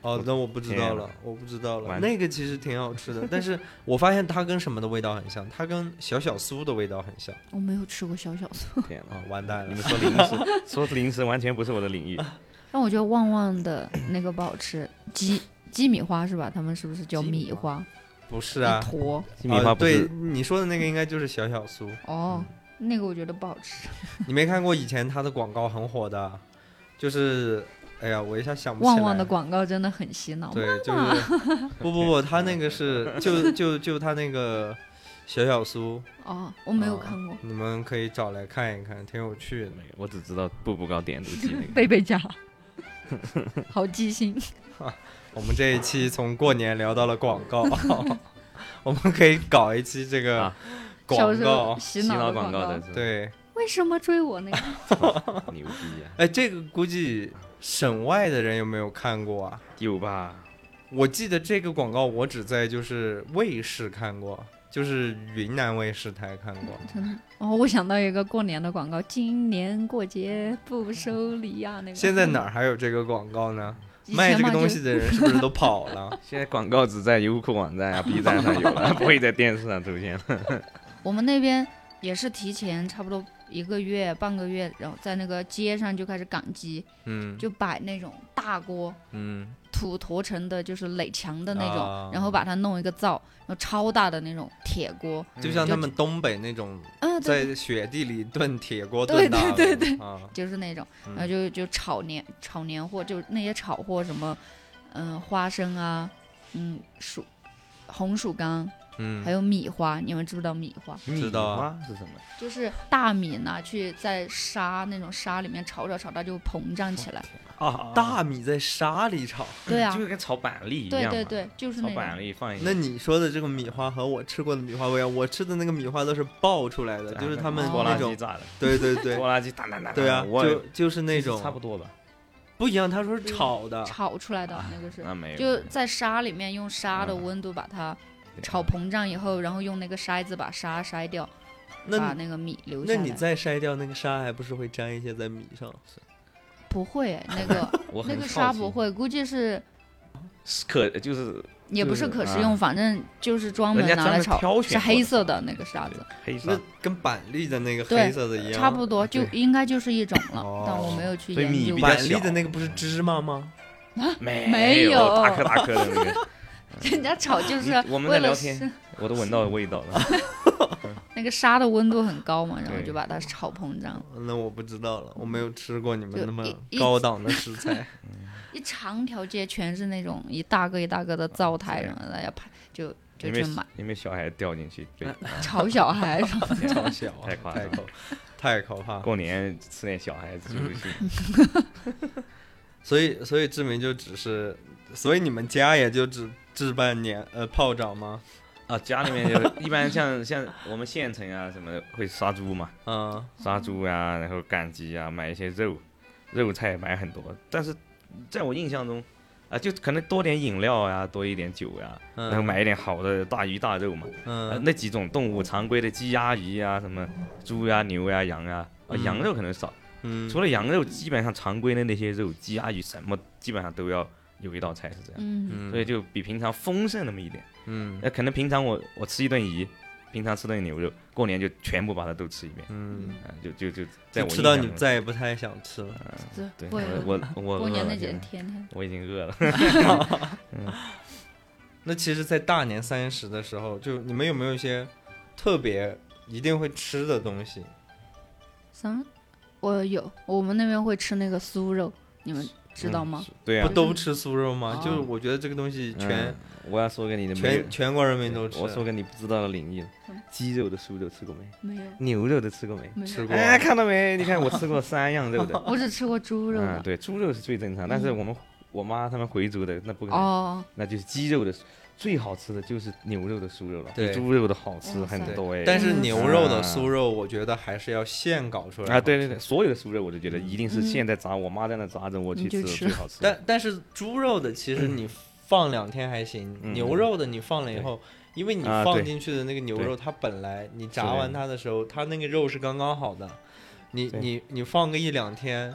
A: 哦，那我不知道
C: 天啊
A: 了，我不知道了。
C: 完
A: 那个其实挺好吃的，但是我发现它跟什么的味道很像，它跟小小酥的味道很像。
B: 我没有吃过小小酥，
C: 天哪！
A: 啊，完蛋了
C: 你们！说零食，说零食完全不是我的领域。
B: 但我觉得旺旺的那个不好吃，鸡鸡米花是吧？他们是不是叫
C: 鸡米
B: 米花？
A: 不是啊
B: 一，坨
C: 鸡米花
A: 啊对
C: 不是
A: 你说的那个应该就是小小酥。
B: 哦，那个我觉得不好吃。
A: 你没看过以前它的广告很火的，就是哎呀，我一下想不起来。
B: 旺旺的广告真的很洗脑。
A: 对，就是不不不，他那个是就就就他那个小小酥，
B: 哦，我没有
A: 啊
B: 看过。
A: 你们可以找来看一看，挺有趣的。
C: 没有，我只知道步步高点都记那个。
B: 贝贝家，好记性。
A: 我们这一期从过年聊到了广告，我们可以搞一期这个
C: 啊
A: 广
B: 小时候
A: 告。
B: 洗
C: 洗脑
B: 的告
C: 广告的，，
A: 对，
B: 为什么追我那个？
C: 牛逼啊！
A: 哎，这个估计省外的人有没有看过啊？
C: 有吧？
A: 我记得这个广告我只在就是卫视看过，就是云南卫视台看过。
B: 真的哦，我想到一个过年的广告，今年过节不收礼呀、那个。
A: 现在哪儿还有这个广告呢？
B: 以前
A: 卖这个
B: 嘛就
A: 东西的人是不是都跑了？
C: 现在广告只在优酷网站啊、B 站上有了，不会在电视上出现。
B: 我们那边也是提前差不多一个月、半个月，然后在那个街上就开始赶集，
A: 嗯
B: 就摆那种大锅，
A: 嗯，
B: 土坨成的，就是垒墙的那种，
A: 啊
B: 然后把它弄一个灶，然后超大的那种铁锅，
A: 就像他们东北那种
B: 嗯、对，
A: 在雪地里炖铁锅
B: 对
A: 炖大的，
B: 对对
A: 啊，
B: 就是那种，
A: 嗯
B: 然后就就炒年炒年货，就那些炒货什么，嗯、花生啊，嗯，薯红薯干，
A: 嗯，
B: 还有米花，你们知不知道米花？
A: 知道啊
C: 米花是什么？
B: 就是大米拿去在沙那种沙里面炒炒炒，它就膨胀起来。
C: 啊
A: 大米在沙里炒。
B: 对啊
C: 就，跟炒板栗一样嘛。
B: 对对对，就是
C: 炒
B: 那种。
C: 板栗放一
A: 那你说的这个米花和我吃过的米花不一样，我吃的那个米花都是爆出来的，就是他们
C: 拖
A: 那种
C: 拉机炸的，
A: 对对对
C: 拖拉机哒哒哒。
A: 对啊，
C: 我
A: 就就是那
C: 其实
A: 种
C: 差不多吧。
A: 不一样，他说是炒的，
B: 炒出来的那个是，
C: 那没有，
B: 就在沙里面用沙的
C: 嗯
B: 温度把它
C: 对
B: 炒膨胀以后，然后用那个筛子把沙筛掉，把
A: 那
B: 那个米留下来。
A: 那你再筛掉那个沙，还不是会沾一些在米上？
B: 不会那个
C: 我
B: 那个
C: 很好奇
B: 沙不会，估计是
C: 是可就是
B: 也不是可食
C: 啊
B: 用，反正就是专门
C: 人家专门
B: 拿来炒，是
C: 挑选过的
B: 黑色的那个沙子，
C: 黑
A: 那
C: 沙，
A: 跟板栗的那个
B: 对
A: 黑色的一样，
B: 差不多就
C: 对
B: 应该就是一种了
A: 哦，
B: 但我没有去
C: 所以米
B: 研究
C: 比。较
A: 板栗
C: 小
A: 的那个不是芝麻吗？
C: 没
B: 没有
C: 大颗大颗的那个，
B: 人家炒就是
C: 你我们
B: 为了
C: 在聊天
B: 是
C: 我都闻到味道了。
B: 那个沙的温度很高嘛，然后
C: 对
B: 就把它炒膨胀，
A: 那我不知道了，我没有吃过你们
B: 就
A: 那么
B: 一一
A: 高档的食材。
B: 一长条街全是那种一大个一大个的灶台，然后大家排就就
C: 有没有
B: 去买
C: 有没有小孩掉进去？对，
B: 炒小孩是吧？
A: 超小啊，
C: 太夸张
A: 太可太可怕了。
C: 过年吃点小孩子就不行。
A: 所以所以志明就只是，所以你们家也就只置办年呃炮仗吗？
C: 啊，家里面就是一般像像我们县城啊什么的会杀猪嘛，
A: 嗯
C: 杀猪呀、然后赶集啊，买一些肉，肉菜买很多。但是在我印象中，啊，就可能多点饮料呀，多一点酒呀，
A: 嗯，
C: 然后买一点好的大鱼大肉嘛。呃
A: 嗯
C: 那几种动物，常规的鸡鸭鱼呀，什么猪呀、牛呀、羊呀，啊，
A: 嗯
C: 羊肉可能少。
A: 嗯，
C: 除了羊肉，基本上常规的那些肉，鸡鸭鱼什么，基本上都要有一道菜是这样，
B: 嗯，
A: 嗯
C: 所以就比平常丰盛那么一点。
A: 嗯
C: 那可能平常我我吃一顿鱼，平常吃顿牛肉，过年就全部把它都吃一遍，
A: 嗯，
C: 啊，就就就在我
A: 就吃到你
C: 印象中
A: 再也不太想吃了。
B: 对
C: 对，
B: 会
C: 我我我
B: 过年那几
C: 饿了现在
B: 天天天
C: 我已经饿了。
A: 那其实，在大年三十的时候，就你们有没有一些特别一定会吃的东西？
B: 三，我有，我们那边会吃那个酥肉，你们知道吗？
C: 对啊
A: 不，都吃酥肉吗？
B: 哦
A: 就是我觉得这个东西全、
C: 嗯我要说个你的没有
A: 全全国人民都吃。
C: 我说个你不知道的领域
B: 什么，
C: 鸡肉的酥肉吃过没？
B: 没有，
C: 牛肉的吃过没？
B: 没有，
A: 吃过，
C: 哎，看到没？你看我吃过三样肉的。
B: 我只吃过猪肉
C: 嗯，
B: 的。
C: 对，猪肉是最正常，但是我们我妈他们回族的那不可能，
B: 哦，
C: 那就是鸡肉的，最好吃的就是牛肉的酥肉了，比
A: 对
C: 猪肉的好吃
B: 哇塞
C: 很多哎。
A: 但是
B: 嗯
A: 牛肉的酥肉，我觉得还是要现搞出来
C: 啊，对对对，所有的酥肉我都觉得一定是
B: 嗯
C: 现在炸，我妈在那炸着，我去吃
B: 你就吃
C: 最好吃。
A: 但但是猪肉的其实你放两天还行，
C: 嗯
A: 牛肉的你放了以后，因为你
C: 啊对
A: 放进去的那个牛肉，
C: 对
A: 它本来你炸
C: 是
A: 完它的时候，它那个肉是刚刚好的，你
C: 对
A: 你你放个一两天，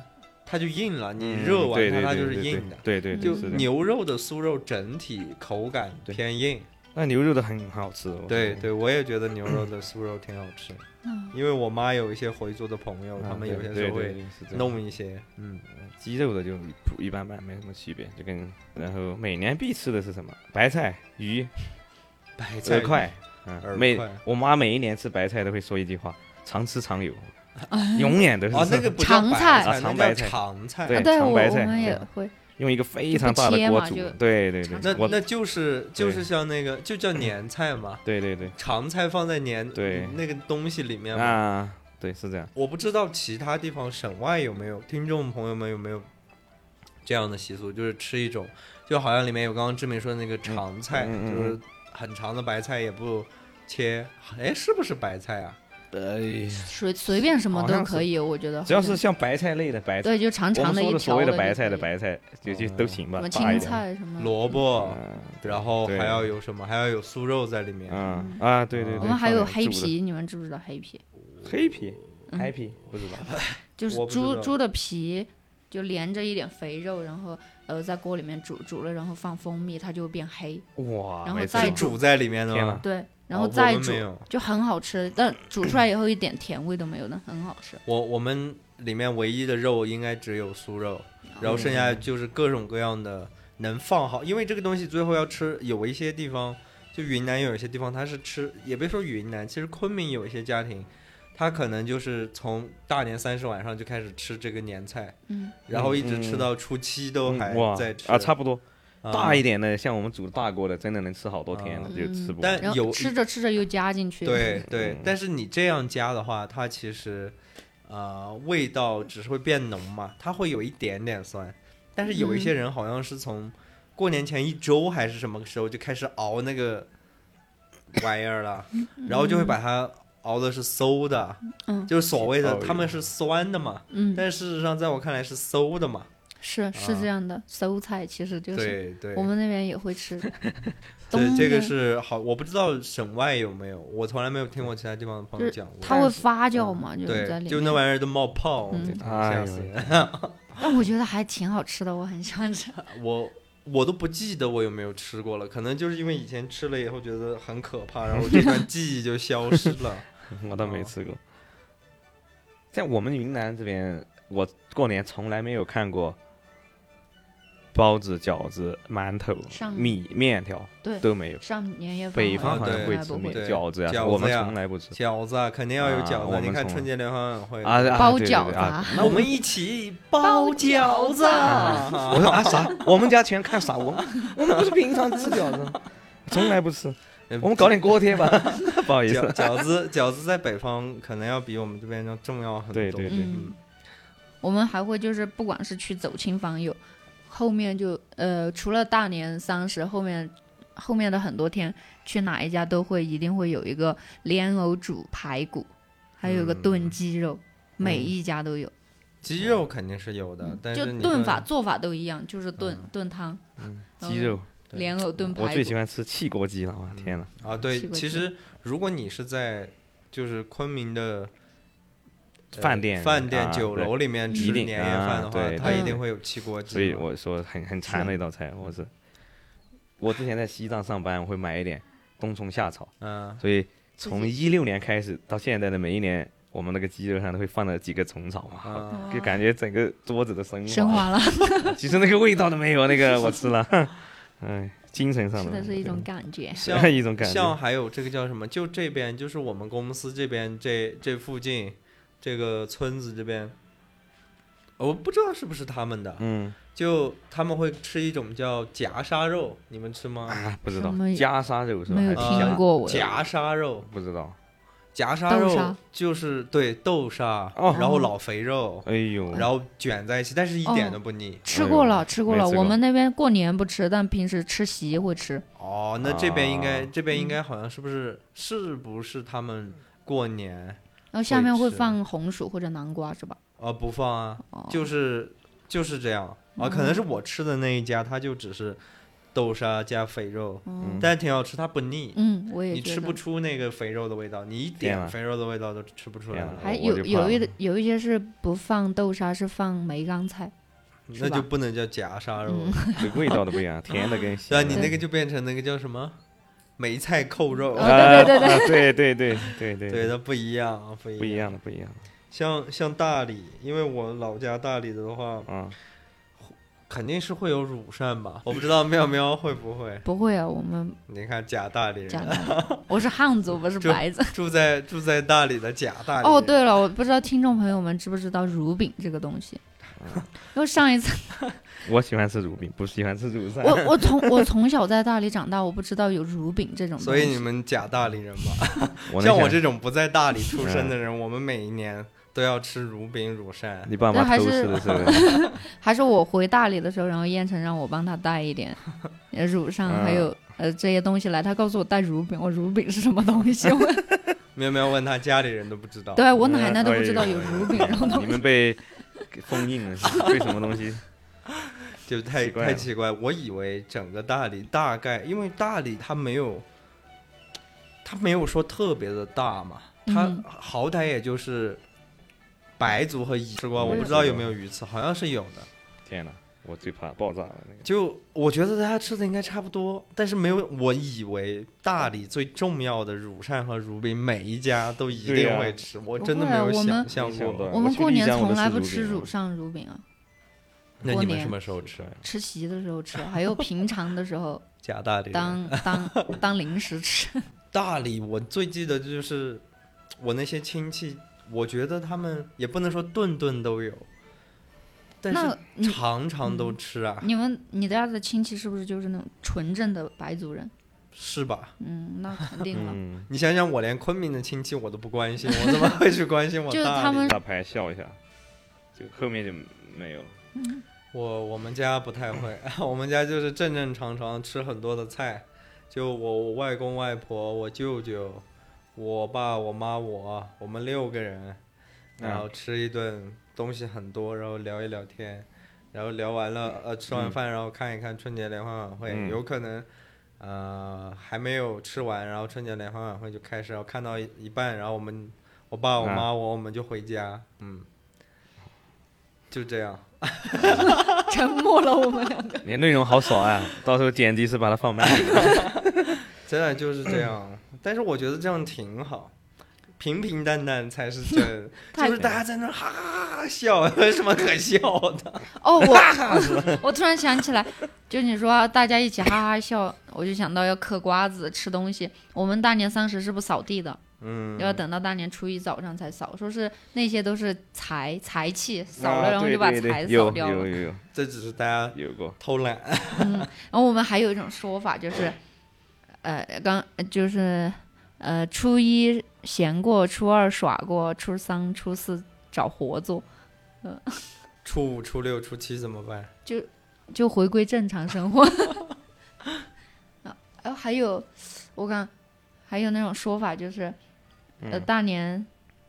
A: 它就硬了，你
C: 嗯
A: 热完
C: 对对
A: 它它就是
C: 对对
A: 硬的。
C: 对对对，
A: 就是
C: 的。
A: 牛肉的酥肉整体口感
C: 对
A: 偏硬，
C: 那牛肉的很好吃。我说
A: 对对，我也觉得牛肉的酥肉挺好吃，
B: 嗯
A: 因为我妈有一些回族的朋友，
C: 啊
A: 他们有些时
C: 对对
A: 候会
C: 对是这样
A: 弄一些，嗯，
C: 鸡肉的就普一般般，没什么区别，就跟然后每年必吃的是什么？白菜、鱼、
A: 白菜
C: 饵块。
A: 饵
C: 嗯，每
A: 块
C: 我妈每一年吃白菜都会说一句话：常吃常有，永远都是
A: 哦，那个不叫白
B: 长菜
A: 菜，
C: 啊
A: 那叫
C: 长白菜
A: 长菜。
C: 对
B: 啊，对
C: 长
B: 我我们
C: 白菜对
B: 也会，
C: 用一个非常大的锅煮
B: 就不切嘛就。
C: 对对对，我
A: 那那就是就
C: 对
A: 是像那个就叫年菜嘛，
C: 对对对
A: 长菜放在年
C: 对
A: 那个东西里面嘛。
C: 啊，对是这样。
A: 我不知道其他地方省外有没有听众朋友们有没有这样的习俗，就是吃一种，就好像里面有刚刚志明说的那个长菜，
C: 嗯嗯嗯
A: 就是很长的白菜也不切，哎，是不是白菜啊？
C: 哎，
B: 随随便什么
C: 好像是
B: 都可以，我觉得
C: 只要是
B: 好像
C: 像白菜类的白菜，
B: 对，就长
C: 我
B: 长的一
C: 们说的所
B: 条就
C: 谓的白菜的
B: 可以
C: 白菜，就就都行吧
B: 什么，
C: 大一点。
B: 青菜什么
A: 萝卜，
C: 嗯，对
A: 然后
C: 对
A: 还要有什么？还要有酥肉在里面。
C: 嗯啊，对对对，
B: 我们还有
C: 放点煮的，
B: 黑皮，你们知不知道黑皮？
C: 黑皮，
B: 嗯
C: 黑皮不知道。
B: 就是
A: 我不知道
B: 猪猪的皮，就连着一点肥肉，然后呃在锅里面煮煮了，然后放蜂蜜，它就会变黑。
C: 哇，
B: 然后
C: 没吃过
B: 再煮
A: 是煮在里面的吗
C: 天哪？
B: 对，然
A: 哦
B: 后再煮
A: 我们没有
B: 就很好吃，但煮出来以后一点甜味都没有，那很好吃。
A: 我我们里面唯一的肉应该只有酥肉，然后剩下就是各种各样的能放好，因为这个东西最后要吃，有一些地方就云南有一些地方它是吃，也别说云南，其实昆明有一些家庭，他可能就是从大年三十晚上就开始吃这个年菜，
B: 嗯，
A: 然后一直吃到初七都还
C: 嗯哇
A: 在吃
C: 啊，差不多。
A: 啊
C: 大一点的，像我们煮大锅的，真的能吃好多天了，
B: 嗯
C: 就吃不完。
A: 但有
B: 然后吃着吃着又加进去。
A: 对对
C: 嗯，
A: 但是你这样加的话，它其实呃味道只是会变浓嘛，它会有一点点酸。但是有一些人好像是从过年前一周还是什么时候就开始熬那个玩意儿了，然后就会把它熬的是馊的，
B: 嗯
A: 就是所谓的
C: 哦
A: 他们是酸的嘛，
B: 嗯，
A: 但事实上在我看来是馊的嘛。
B: 是是这样的，馊菜其实就是
A: 对对，
B: 我们那边也会吃。
A: 这
B: 冬
A: 这个
B: 天
A: 是好，我不知道省外有没有，我从来没有听过其他地方的朋友讲过。
B: 它会发酵嘛，就是在
A: 对，
B: 里面。
A: 就那玩意儿都冒泡，
B: 嗯
A: 吓死人。
B: 但我觉得还挺好吃的，我很喜欢吃。
A: 我我都不记得我有没有吃过了，可能就是因为以前吃了以后觉得很可怕，然后这段记忆就消失了。
C: 我倒没吃过。在我们云南这边，我过年从来没有看过包子、饺子、馒头、
B: 上
C: 米、面条，
B: 对
C: 都没有。
B: 上年夜饭
C: 北方
B: 好像
C: 好像会吃
B: 从来不会
C: 面饺子呀，
A: 饺子呀
C: 我们从来不吃。
A: 饺子啊，肯定要有饺子。
C: 啊我们
A: 你看
C: 从
A: 春节联欢晚会
C: 啊，啊
B: 包
C: 对对
B: 饺子啊
C: 对啊
A: 我们一起包饺子。
C: 我说啊啥？我们家全看啥？我们我们不是平常吃饺子吗，从来不吃。我们搞点锅贴吧，不好意思
A: 饺。饺子饺子在北方可能要比我们这边要重要很多。
C: 对对对
B: 嗯，我们还会就是不管是去走亲访友，后面就呃除了大年三十后面后面的很多天去哪一家都会一定会有一个莲藕煮排骨，还有一个炖鸡肉，每一家都有。
A: 鸡肉肯定是有的，但
B: 就是
A: 你
B: 炖法
A: 说
B: 做法都一样，就是炖、
A: 嗯
B: 炖汤，
C: 嗯，
B: 然后
C: 鸡肉，
A: 对
B: 莲藕炖排骨。
C: 我最喜欢吃汽锅鸡了，哇天呐。
A: 啊，对，
B: 吃过吃
A: 其实如果你是在就是昆明的。呃
C: 饭店
A: 饭店、
C: 啊
A: 酒
C: 对
A: 楼里面吃
C: 一定
A: 年夜饭的话，
C: 啊对
A: 它一
B: 对
A: 定会有汽锅鸡嘛。
C: 所以我说很很馋那道菜，我是。我之前在西藏上班，我会买一点冬虫夏草，
A: 嗯，
C: 所以从一六年开始到现在的每一年，我们那个鸡肉上都会放了几个虫草嘛，
A: 啊
C: 就感觉整个桌子都升
B: 升华了，
C: 其实那个味道都没有，那个我吃了，哎，精神上
B: 吃
C: 的
B: 的是一种感觉。
A: 像
C: 一种感
A: 像
C: 觉。
A: 还有这个叫什么？就这边就是我们公司这边这这附近这个村子这边，我不知道是不是他们的，
C: 嗯
A: 就他们会吃一种叫夹沙肉，你们吃吗？
C: 啊，不知道
B: 什么
C: 夹沙肉是吧？
B: 没有
C: 还是夹
B: 听过我
A: 夹沙肉，
C: 不知道。
A: 夹沙肉
B: 豆沙
A: 就是对豆沙，
C: 哦
A: 然后老肥肉，
C: 哎呦，
A: 然后卷在一起，但是一点都不腻。
B: 吃过了，
C: 哎呦
B: 吃过了。
C: 没吃过
B: 我们那边过年不吃，但平时吃席会吃。
A: 哦，那这边应该、
C: 啊
A: 这边应该好像是不是是不是他们过年
B: 然后下面会
A: 会吃
B: 放红薯或者南瓜，是吧？
A: 呃不放啊？
B: 哦，
A: 就是就是这样啊，可能是我吃的那一家，它就只是豆沙加肥肉，
B: 嗯
A: 但是挺好吃，它不腻。
B: 嗯，我也
A: 你
B: 觉得
A: 吃不出那个肥肉的味道，你一点
C: 天啊
A: 肥肉的味道都吃不出来
C: 天啊
A: 了，
B: 还
C: 我就怕
B: 有有一
C: 了
B: 有一些是不放豆沙，是放梅干菜。
A: 那就不能叫夹沙肉了。
B: 嗯
C: 这味道都不一样，甜的跟咸
A: 对啊，
C: 的。
A: 你那个就变成那个叫什么梅菜扣肉，
B: 哦对对对
C: 啊对对对对对
A: 对，它不一样，不一样，
C: 不一样的不一样的
A: 像像大理，因为我老家大理的话，
C: 啊。
A: 肯定是会有乳扇吧？我不知道妙妙会不会。
B: 不会啊，我们
A: 你看假大理人，
B: 假的，我是汉族，不是
A: 就
B: 白子。
A: 住在住在大理的假大理人。
B: 哦，对了，我不知道听众朋友们知不知道乳饼这个东西。因为上一次
C: 我喜欢吃乳饼，不喜欢吃乳扇。
B: 我我从我从小在大理长大，我不知道有乳饼这种东西。
A: 所以你们假大理人吧？
C: 我
A: 像我
C: 这，
A: 这种不在大理出生的人，我们每一年都要吃乳饼、乳扇。
C: 你爸妈偷吃的是不是？
B: 还是我回大理的时候，然后燕城让我帮他带一点呃乳上
C: 嗯
B: 还有呃这些东西来，他告诉我带乳饼，我乳饼是什么东西？我
A: 喵喵问他家里人都不知道。
B: 对我奶奶都不知道
C: 哎
B: 有乳饼这种东
C: 你
B: 西。
C: 们被给封印了，是被什么东西？
A: 就太
C: 奇怪了
A: 太奇怪，我以为整个大理大概，因为大理它没有，它没有说特别的大嘛，它
B: 嗯
A: 好歹也就是白族和彝吃过，
C: 我也
A: 我不知道有没有鱼刺，好像是有的。
C: 天哪，我最怕爆炸了那个。
A: 就我觉得大家吃的应该差不多，但是没有，我以为大理最重要的乳扇和乳饼每一家都一定
C: 对呀
A: 会吃，我真的没有
B: 不会啊我们
A: 想象
C: 没想到
A: 过。
B: 我们过年从来不
C: 我去丽江我都吃乳饼
B: 吃乳上乳饼啊，
A: 那你们
B: 过年
A: 什么时候吃？
B: 吃席的时候吃，还有平常的时候
A: 假大理人。
B: 当当当零食吃。
A: 大理我最记得就是我那些亲戚，我觉得他们也不能说顿顿都有，但
B: 那
A: 是
B: 你
A: 常常都吃啊，
B: 你们你家的亲戚是不是就是那种纯正的白族人？
A: 是吧？
B: 嗯，那肯定了。
C: 嗯，
A: 你想想，我连昆明的亲戚我都不关心，我怎么会去关心我
B: 就是
A: 大理？
B: 他们
C: 打牌笑一下，就后面就没有了。
A: 我我们家不太会，我们家就是正正常常吃很多的菜，就我我外公外婆，我舅舅，我爸我妈我，我们六个人，然后吃一顿东西很多，然后聊一聊天，然后聊完了呃吃完饭，然后看一看春节联欢晚会，
C: 嗯
A: 有可能呃还没有吃完，然后春节联欢晚会就开始，然后看到一一半，然后我们我爸我妈我我们就回家，嗯，就这样。
B: 沉默了，我们两个。
C: 你内容好少啊，到时候剪辑师把它放慢。
A: 真的就是这样，但是我觉得这样挺好，平平淡淡才是真，
B: 太
A: 就是大家在那儿哈哈哈笑，有什么可笑的？
B: 哦，我我突然想起来，就你说大家一起哈哈笑，我就想到要嗑瓜子吃东西。我们大年三十是不扫地的，
A: 嗯，
B: 要等到大年初一早上才扫，说是那些都是财财气，扫了
C: 啊
B: 然后就把
C: 对对对
B: 财扫
C: 有
B: 掉了。
C: 有有有
A: 这只是大家
C: 有过。
A: 偷懒，
B: 然后我们还有一种说法就是，呃，刚就是呃初一闲过，初二耍过，初三初四找活做，
A: 初五、初六、初七怎么办？
B: 就回归正常生活。啊，然后还有我看还有那种说法就是，呃，
C: 嗯
B: 大年，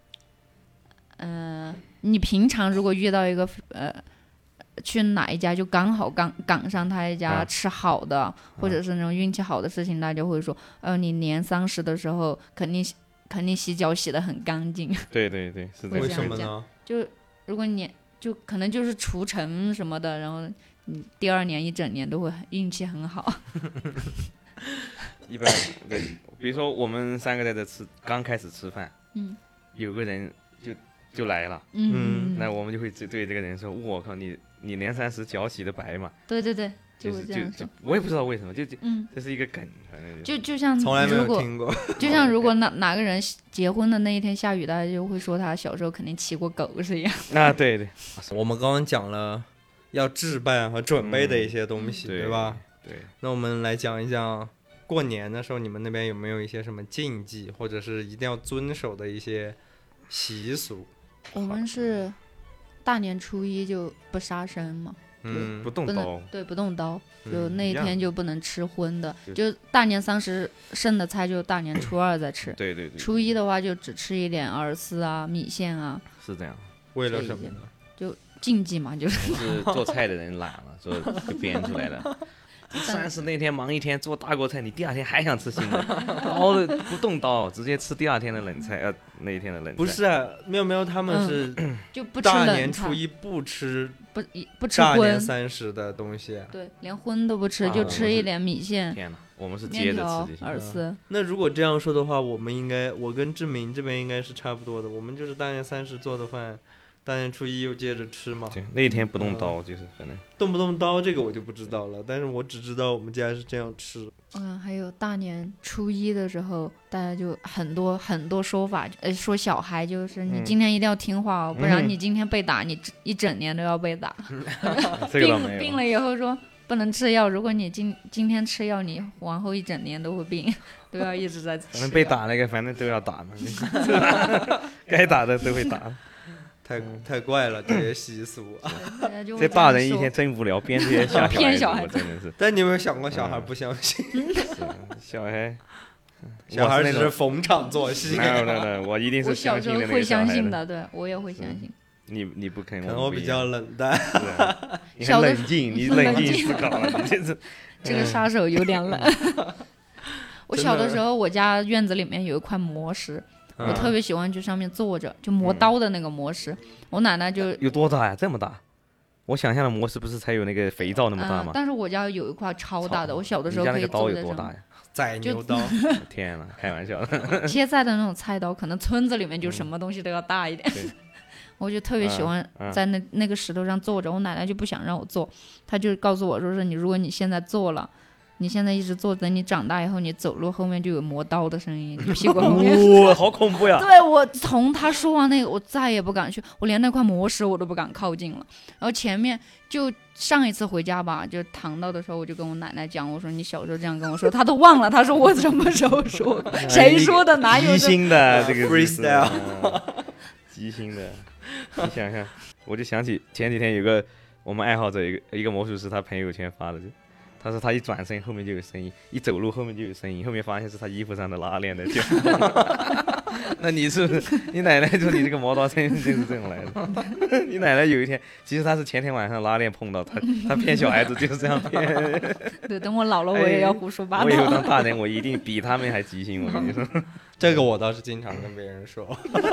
B: 嗯、你平常如果遇到一个呃。去哪一家就刚好赶赶上他一家
C: 啊
B: 吃好的，
C: 啊
B: 或者是那种运气好的事情，大家会说，呃，你年三十的时候肯定洗肯定洗脚洗得很干净。
C: 对对对，是这
B: 会
A: 为
C: 样。
A: 什么呢？
B: 就如果你就可能就是除尘什么的，然后你第二年一整年都会很运气很好。
C: 一般对，比如说我们三个在这吃，刚开始吃饭，
B: 嗯
C: 有个人就就来了，
B: 嗯，
C: 那我们就会对对这个人说：“我靠，你你年三十脚洗的白嘛
B: 对对对，？”就
C: 就是就就
B: 会这样说。
C: 我也不知道为什么，就就
B: 嗯，
C: 这是一个梗，反正
B: 就就像
A: 从来没
B: 如果
A: 有听过。
B: 就像如果哪哪个人结婚的那一天下雨，大家就会说他小时候肯定骑过狗是一样。
C: 啊，对对
A: 我们刚刚讲了要置办和准备的一些东西，
C: 对
A: 对吧？？
C: 对，
A: 那我们来讲一讲过年的时候，你们那边有没有一些什么禁忌，或者是一定要遵守的一些习俗？
B: 我们是大年初一就不杀生嘛，
A: 嗯
C: 不，动
B: 不
C: 刀
B: 能，对不动刀，
A: 嗯
B: 就那一
C: 一样
B: 天就不能吃荤的，
C: 就
B: 就大年三十剩的菜就大年初二再吃。
C: 对对对，
B: 初一的话就只吃一点饵丝啊、米线啊，
C: 是这样。
A: 为了什么呢？
B: 禁忌嘛，就是
C: 是做菜的人懒了，所以就编出来了。 三十那天忙一天做大锅菜，你第二天还想吃新的，刀的不动刀，直接吃第二天的冷菜，呃，那一天的冷菜。
A: 不是啊，喵喵他们是
B: 就不吃
A: 大
B: 冷菜
A: 年初一不吃
B: 不不吃
A: 大年
B: 荤，
A: 三十的东西。
B: 对，连荤都不吃，
C: 啊
B: 就吃一点米线、
C: 天哪，我们是接着
B: 面条
C: 吃这、些。
B: 饵丝。
A: 那如果这样说的话，我们应该，我跟志明这边应该是差不多的。我们就是大年三十做的饭，大年初一又接着吃嘛。
C: 对，那一天不动刀，就是反正
A: 动不动刀这个我就不知道了，但是我只知道我们家是这样吃。
B: 嗯，还有大年初一的时候，大家就很多很多说法，呃，说小孩就是你
C: 嗯
B: 今天一定要听话哦，不然
C: 嗯
B: 你今天被打，你一整年都要被打。
C: 这个倒没有。
B: 病病了以后说不能吃药，如果你今今天吃药，你往后一整年都会病，都要一直在吃药。
C: 反正被打那个，反正都要打嘛，该打的都会打。
A: 太太怪了，这些习俗。
B: 大家就会
C: 这
B: 这样说
C: 大人一天真无聊，编这些吓孩子，
B: 骗小孩子
C: 我真的是。
A: 但你有没有想过，小孩不相信？
C: 是小孩，
A: 小孩只是
C: 我是那种
A: 逢场作戏。
C: 没有没有没有，我一定是
B: 我小
C: 相信的那
B: 时候会
C: 个小孩的。
B: 相信的，对我也会相信。
C: 你你不肯，
A: 可能
C: 我们不一样
A: 我比较冷淡。
C: 是啊你很
B: 小的
C: 冷静，你冷静思考了，你这是
B: 这个杀手有点冷。我小的时候，我家院子里面有一块磨石，我特别喜欢去上面坐着，就磨刀的那个磨石。我奶奶就
C: 有多大呀？这么大？我想象的模式不是才有那个肥皂那么大吗？
B: 嗯但是我家有一块超大的，我小的时候可以
C: 你家那个刀
B: 坐在上面。
C: 有多大呀？
A: 宰牛刀。
C: 天呐，开玩笑的。
B: 切菜的那种菜刀，可能村子里面就什么东西都要大一点。
C: 对
B: 我就特别喜欢
C: 嗯嗯
B: 在那那个石头上坐着，我奶奶就不想让我坐，她就告诉我说是你如果你现在坐了，你现在一直坐，等你长大以后，你走路后面就有磨刀的声音，你屁股后面。
C: 哇，好恐怖呀！
B: 对，我从他说完那个，我再也不敢去，我连那块磨石我都不敢靠近了。然后前面就上一次回家吧，就躺到的时候，我就跟我奶奶讲，我说你小时候这样跟我说，她都忘了，她说我什么时候说的，谁说的，哪有
C: 即
B: 这？
C: 兴的这个
A: freestyle
C: 嗯即兴的。你想想，我就想起前几天有个我们爱好者一个一个魔术师，他朋友圈发的，就他说他一转身后面就有声音，一走路后面就有声音，后面发现是他衣服上的拉链的就。那你是不是你奶奶说你这个磨刀声音就是这种来的？你奶奶有一天，其实他是前天晚上拉链碰到他，他骗小孩子就是这样骗。
B: 对，等我老了，我也要胡说八
C: 我以后
B: 道。
C: 当大人，我一定比他们还即兴。我跟你说，
A: 这个我倒是经常跟别人说。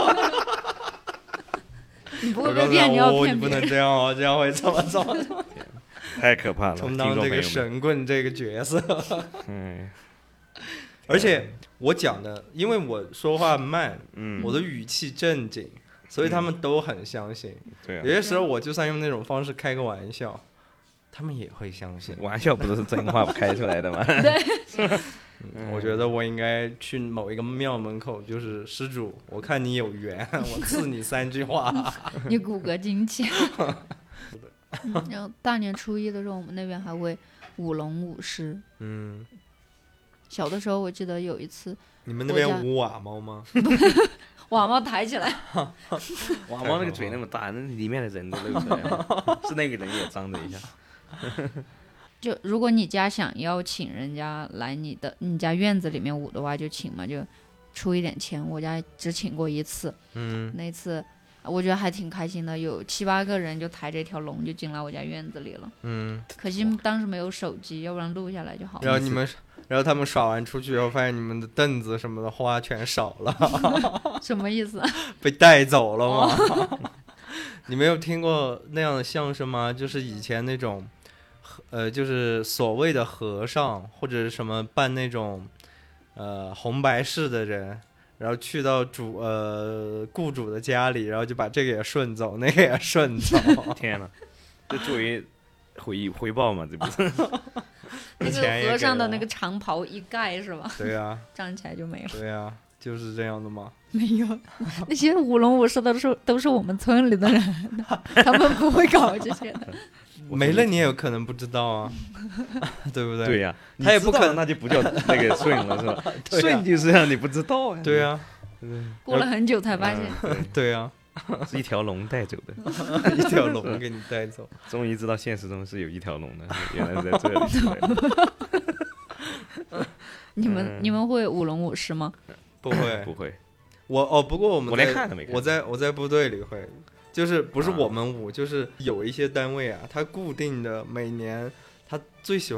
B: 你不
A: 我告诉
B: 会被骗，你要
A: 他哦，你
B: 骗别人。
A: 不能这样哦，这样会怎么怎么。
C: 太可怕了，
A: 充当这个神棍这个角色。
C: 嗯
A: 而且我讲的，因为我说话慢，
C: 嗯，
A: 我的语气正经，所以他们都很相信。
C: 对啊
A: 有，些时候我就算用那种方式开个玩笑，他们也会相信。
C: 玩笑不都是真话开出来的吗？
A: 嗯我觉得我应该去某一个庙门口，就是施主，我看你有缘，我赐你三句话。
B: 你骨骼惊奇。嗯然后大年初一的时候，我们那边还会舞龙舞狮。
A: 嗯，
B: 小的时候，我记得有一次，
A: 你们那边舞瓦猫吗？
B: 瓦猫抬起来，
C: 哇，猫那个嘴那么大，那里面的人都露出来了，是那个人也张着一下。
B: 就如果你家想要请人家来你的你家院子里面舞的话，就请嘛，就出一点钱。我家只请过一次，
A: 嗯，
B: 那次我觉得还挺开心的，有七八个人就抬着一条龙就进来我家院子里了。
A: 嗯，
B: 可惜当时没有手机，要不然录下来就好了。
A: 然后你们，然后他们耍完出去以后，发现你们的凳子什么的花全少了，
B: 什么意思？
A: 被带走了吗？你没有听过那样的相声吗？就是以前那种，呃，就是所谓的和尚或者是什么办那种，呃，红白事的人。然后去到主呃雇主的家里，然后就把这个也顺走，那个也顺走。
C: 天哪，这作为回回报嘛，这不是？
B: 那
A: 钱也
B: 个和尚的
A: 给了
B: 那个长袍一盖是吧？
A: 对呀、
B: 站起来就没了。
A: 对呀、就是这样的嘛。
B: 没有，那些舞龙舞狮的都是都是我们村里的人，他们不会搞这些的。
A: 没了你也有可能不知道啊，对不对？
C: 对呀、
A: 他也不可能
C: 那就不叫那个顺了，是吧？
A: 对啊
C: 顺就是让你不知道呀。
A: 对呀、
B: 过了很久才发现，
C: 嗯
A: 对呀、
C: 是一条龙带走的。
A: 一条龙给你带走。
C: 终于知道现实中是有一条龙的，原来是在这里。
B: 你们你们会舞龙舞狮吗？
A: 不会，
C: 不会，
A: 我哦，不过我们
C: 我
A: 在
C: 连看都没看
A: 我在我在部队里会，就是不是我们舞，就是有一些单位啊，他固定的每年他最喜欢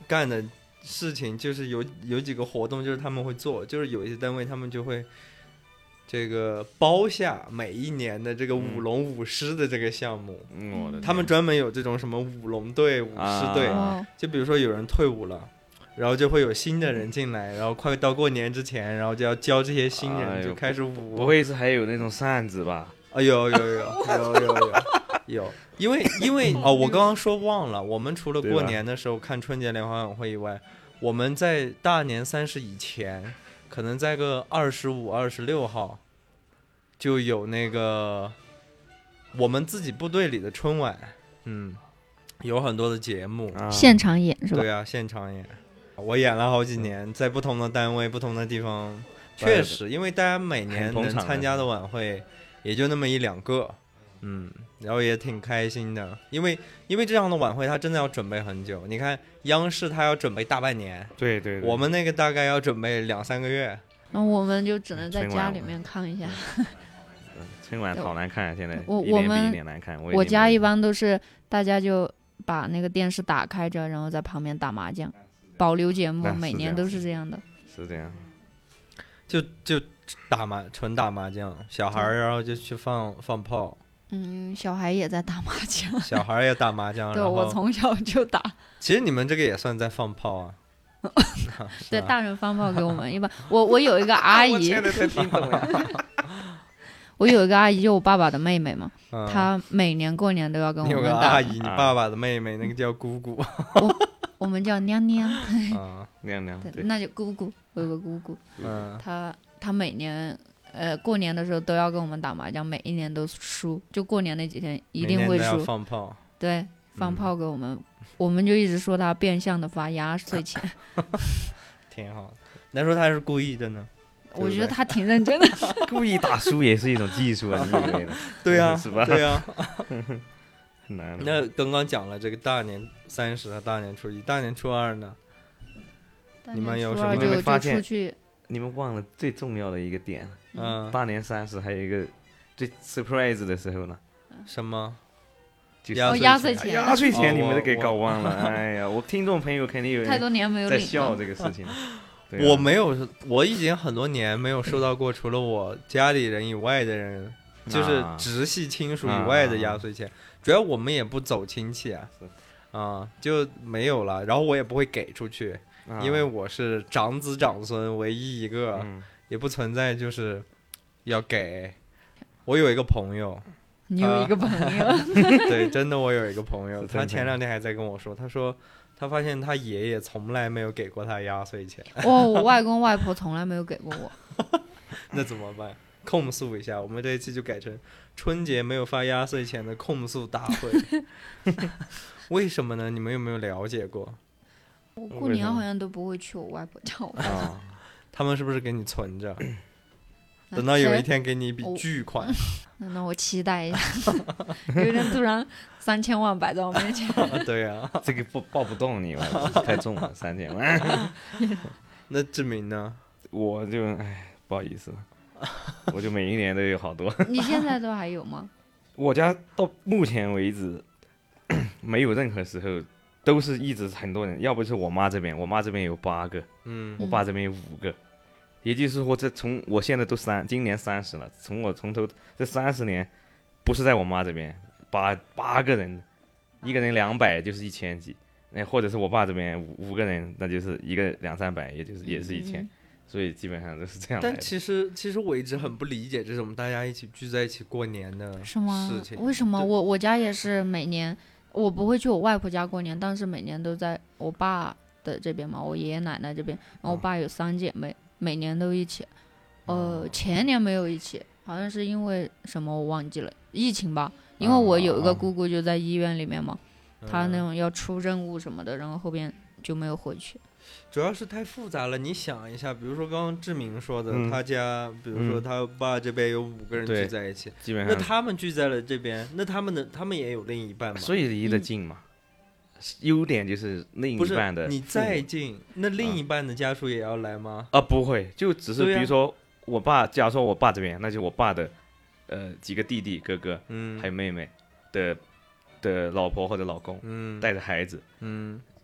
A: 干的事情就是有有几个活动，就是他们会做，就是有一些单位他们就会这个包下每一年的这个舞龙舞狮的这个项目，
C: 嗯，我的天
A: 他们专门有这种什么舞龙队、舞狮队，
C: 啊
A: 就比如说有人退伍了。然后就会有新的人进来，然后快到过年之前，然后就要教这些新人、
C: 哎、
A: 就开始舞。
C: 不会是还有那种扇子吧？
A: 啊，有有有有有有有，因为因为哦，我刚刚说忘了，我们除了过年的时候看春节联欢晚会以外，我们在大年三十以前，可能在个二十五、二十六号，就有那个我们自己部队里的春晚，嗯，有很多的节目，
C: 啊、
B: 现场演是吧？
A: 对啊，现场演。我演了好几年，在不同的单位、不同的地方，确实，因为大家每年能参加的晚会也就那么一两个，嗯，然后也挺开心的，因为因为这样的晚会它真的要准备很久。你看央视它要准备大半年，
C: 对 对, 对，
A: 我们那个大概要准备两三个月，
B: 那我们就只能在家里面看一下。
C: 春晚好难看，现在
B: 我
C: 一年比
B: 我们
C: 一年难看。我
B: 我家一般都是大家就把那个电视打开着，然后在旁边打麻将。保留节目每年都是这样的，
C: 是这样，
A: 就就打麻纯打麻将，小孩然后就去放放炮，
B: 嗯，小孩也在打麻将，
A: 小孩也打麻将，
B: 对我从小就打。
A: 其实你们这个也算在放炮啊，
B: 对，大人放炮给我们一般。我我有一个阿姨，
C: 我现在才听懂呀。
B: 我有一个阿姨，就我爸爸的妹妹嘛，
A: 嗯、
B: 她每年过年都要跟我们打。
A: 你有个阿姨，你爸爸的妹妹，那个叫姑姑。
B: 我们叫娘娘，
C: 啊，娘娘，对，
B: 那就姑姑，我有个姑姑，
A: 嗯，
B: 她她每年呃过年的时候都要跟我们打麻将，每一年都输，就过年那几天一定会输。
A: 放炮，
B: 对，放炮给我们，嗯、我们就一直说她变相的发压岁钱，
A: 挺好的。难说她是故意的呢？
B: 我觉得她挺认真的，
C: 故意打输也是一种技术啊，你以为呢？
A: 对啊，
C: 是吧？
A: 对啊。
C: 难。
A: 那刚刚讲了这个大年三十和大年初一，大年初二呢？你们有什么？
B: 就
C: 就发现
B: 出去，
C: 你们忘了最重要的一个点。
A: 嗯，
C: 大年三十还有一个最 surprise 的时候呢？
A: 什么？
C: 就是
B: 哦，压岁钱，
C: 压岁钱你们都给搞忘了。哎呀，我听众朋友肯定有人
B: 太多年没有
C: 在笑这个事情。
A: 我没有，我已经很多年没有收到过除了我家里人以外的人，就是直系亲属以外的压岁钱。主要我们也不走亲戚啊，啊、嗯，就没有了。然后我也不会给出去，啊、因为我是长子长孙唯一一个，嗯、也不存在就是要给。我有一个朋友，
B: 你有一个朋友，
A: 对，真的我有一个朋友，他前两天还在跟我说，他说他发现他爷爷从来没有给过他压岁钱。
B: 哦，我外公外婆从来没有给过我。
A: 那怎么办？控诉一下，我们这一期就改成春节没有发压岁钱的控诉大会。为什么呢？你们有没有了解过？
B: 我过年好像都不会去我外婆家，我外婆、
A: 啊、他们是不是给你存着，等到有一天给你一笔巨款？
B: 那我期待一下。有一天突然三千万摆在我面前。
A: 对呀、啊，
C: 这个不抱不动你，太重了，三千万。
A: 那志明呢？
C: 我就哎，不好意思。我就每一年都有好多。
B: 你现在都还有吗？
C: 我家到目前为止没有任何时候都是一直很多人，要不是我妈这边，我妈这边有八个，
A: 嗯，
C: 我爸这边有五个，也就是说，这从我现在都三，今年三十了，从我从头这三十年，不是在我妈这边八八个人，一个人两百就是一千几，那或者是我爸这边五五个人，那就是一个两三百，也就是也是一千。嗯，所以基本上都是这样。
A: 但其实，其实我一直很不理解这种大家一起聚在一起过年的事情。
B: 是吗？为什么？我我家也是每年，我不会去我外婆家过年，但是每年都在我爸的这边嘛，我爷爷奶奶这边。然后我爸有三姐妹，每年都一起。呃，前年没有一起，好像是因为什么我忘记了，疫情吧。因为我有一个姑姑就在医院里面嘛，她那种要出任务什么的，然后后边就没有回去。
A: 主要是太复杂了，你想一下，比如说刚刚志明说的，
C: 嗯、
A: 他家，比如说他爸这边有五个人聚在一起，
C: 基本上
A: 那他们聚在了这边，那他们的他们也有另一半嘛，
C: 所以离得近嘛。嗯、优点就是另一半的，
A: 不是你再近，那另一半的家属也要来吗？
C: 啊，不会，就只是比如说我爸，假如说我爸这边，那就我爸的，呃，几个弟弟、哥哥，嗯，还有妹妹的的老婆或者老公，嗯，带着孩子，嗯。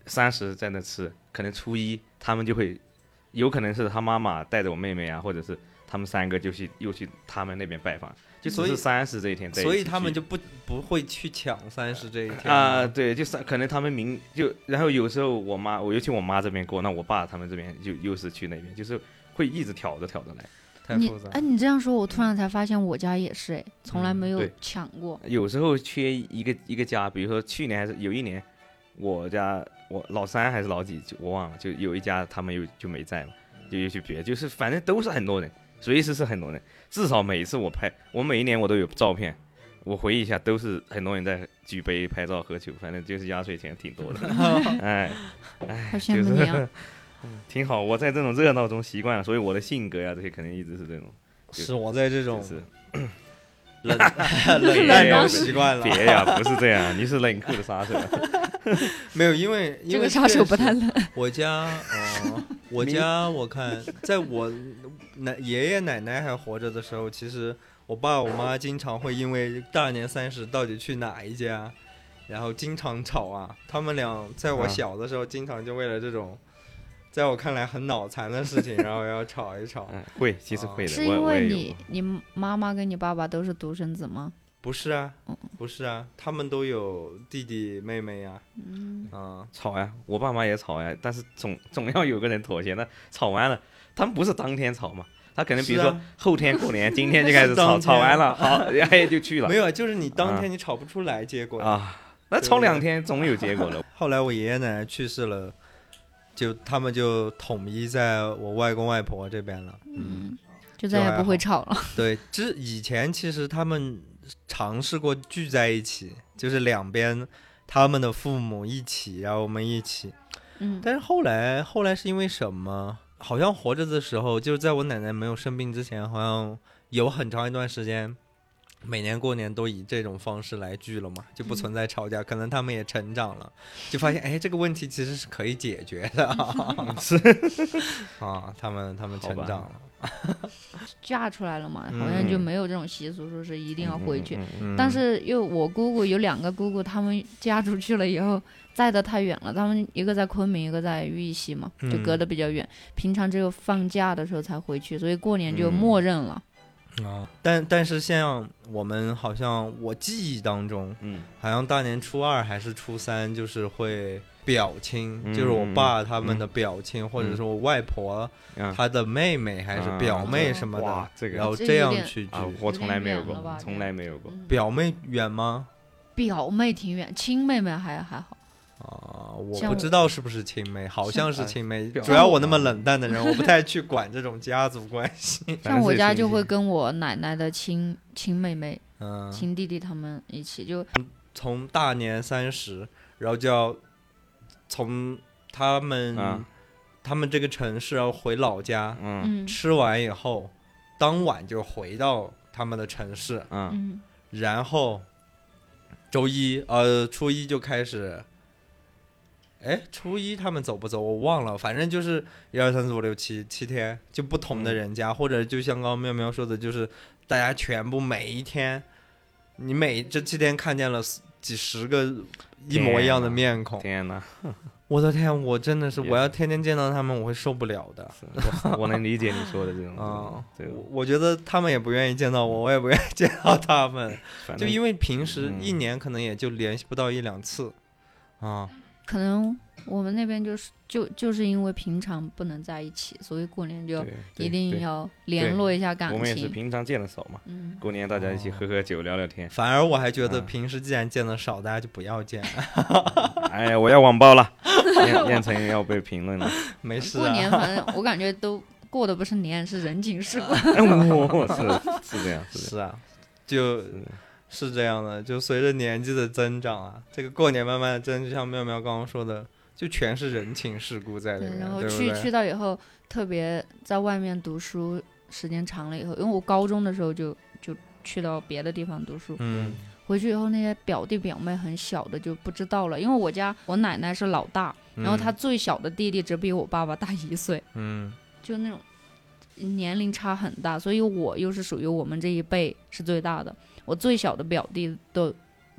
C: 三十在那吃，可能初一他们就会，有可能是他妈妈带着我妹妹啊，或者是他们三个就去又去他们那边拜访，就只是三十这一天在一起，
A: 所以他们就不不会去抢三十这一天
C: 啊、呃，对，就是可能他们明就，然后有时候我妈，我又去我妈这边过，那我爸他们这边就又是去那边，就是会一直挑着挑着来。
B: 你
A: 太复杂。
B: 哎，你这样说，我突然才发现我家也是哎，从来没有
C: 对
B: 抢过。
C: 有时候缺一个一个家，比如说去年还是有一年，我家我老三还是老几，我忘了，就有一家他们又就没在嘛，就又去别，就是反正都是很多人，随时是很多人，至少每一次我拍，我每一年我都有照片，我回忆一下，都是很多人在举杯拍照喝酒，反正就是压岁钱挺多的，哎哎，
B: 好羡慕你啊！
C: 就是挺好，我在这种热闹中习惯了，所以我的性格呀、啊、这些肯定一直是这种。
A: 是我在这种
C: 就是
A: 冷冷淡中习惯了。
C: 别呀，不是这样，你是冷酷的杀手。
A: 没有，因为因为
B: 这个杀手不太冷。
A: 我家哦，我家我看，在我奶爷爷奶奶还活着的时候，其实我爸我妈经常会因为大年三十到底去哪一家，然后经常吵啊。他们俩在我小的时候，经常就为了这种。在我看来很脑残的事情，然后要吵一吵。
C: 嗯、会，其实会的。
B: 是因为你你妈妈跟你爸爸都是独生子吗？
A: 不是啊，不是啊，他们都有弟弟妹妹呀、啊。嗯啊，
C: 吵呀，我爸妈也吵呀，但是总总要有个人妥协。那吵完了，他们不是当天吵嘛？他可能比如说后天过年，今天就开始吵，吵完了，好，然后就去了。
A: 没有，就是你当天你吵不出来结果
C: 啊，那吵两天总有结果了。
A: 后来我爷爷奶奶去世了。就他们就统一在我外公外婆这边了，嗯，
B: 就再也不会吵了。
A: 对，之以前其实他们尝试过聚在一起，就是两边他们的父母一起，然后我们一起，
B: 嗯，
A: 但是后来后来是因为什么？好像活着的时候，就是在我奶奶没有生病之前，好像有很长一段时间。每年过年都以这种方式来聚了嘛，就不存在吵架、嗯、可能他们也成长了，就发现哎，这个问题其实是可以解决的、啊、是啊，他们他们成长了
B: 嫁出来了嘛，好像就没有这种习俗说是一定要回去、
C: 嗯
B: 嗯、但是又我姑姑有两个姑姑，他们嫁出去了以后在得太远了，他们一个在昆明一个在玉溪嘛，就隔得比较远、嗯、平常只有放假的时候才回去，所以过年就默认了、
A: 嗯啊，但但是像我们好像我记忆当中，嗯，好像大年初二还是初三，就是会表亲，嗯、就是我爸他们的表亲，嗯、或者是我外婆、嗯、她的妹妹还是表妹什么的，
C: 哇，这个
A: 然后这样去聚、
C: 啊，我从来没有过，从来没有过。
A: 表妹远吗？
B: 表妹挺远，亲妹妹还还好。
A: 啊，我不知道是不是亲妹，好像是亲妹。主要我那么冷淡的人，我不太去管这种家族关系。
B: 像我家就会跟我奶奶的亲亲妹妹、嗯、亲弟弟他们一起，就
A: 从大年三十，然后就要从他们、啊、他们这个城市要回老家，嗯，吃完以后，当晚就回到他们的城市，
B: 嗯，
A: 然后周一呃初一就开始。哎，初一他们走不走我忘了，反正就是一二三四五六七七天，就不同的人家、嗯、或者就像刚刚喵喵说的，就是大家全部每一天，你每这七天看见了几十个一模一样的面孔，
C: 天哪！
A: 我的天，我真的是我要天天见到他们，我会受不了的。
C: 我, 我能理解你说的这种
A: 啊、嗯，我我觉得他们也不愿意见到我，我也不愿意见到他们，就因为平时一年可能也就联系不到一两次，啊。
B: 可能我们那边就是就就是因为平常不能在一起，所以过年就一定要联络一下感情。
C: 我们也是平常见的少嘛，嗯，过年大家一起喝喝酒、聊聊天。
A: 反而我还觉得平时既然见的少，嗯、大家就不要见。
C: 哎呀，我要网暴了，燕燕城要被评论了。
A: 没事、啊。
B: 过年反正我感觉都过的不是年，是人情世故。
C: 是是这样，是,
A: 是啊，就。是这样的，就随着年纪的增长啊，这个过年慢慢的真就像妙妙刚刚说的，就全是人情世故在里面。
B: 对，然后
A: 对对
B: 去去到以后，特别在外面读书时间长了以后，因为我高中的时候就就去到别的地方读书，
A: 嗯，
B: 回去以后那些表弟表妹很小的就不知道了，因为我家我奶奶是老大，然后他最小的弟弟只比我爸爸大一岁，
A: 嗯，
B: 就那种年龄差很大，所以我又是属于我们这一辈是最大的。我最小的表弟都还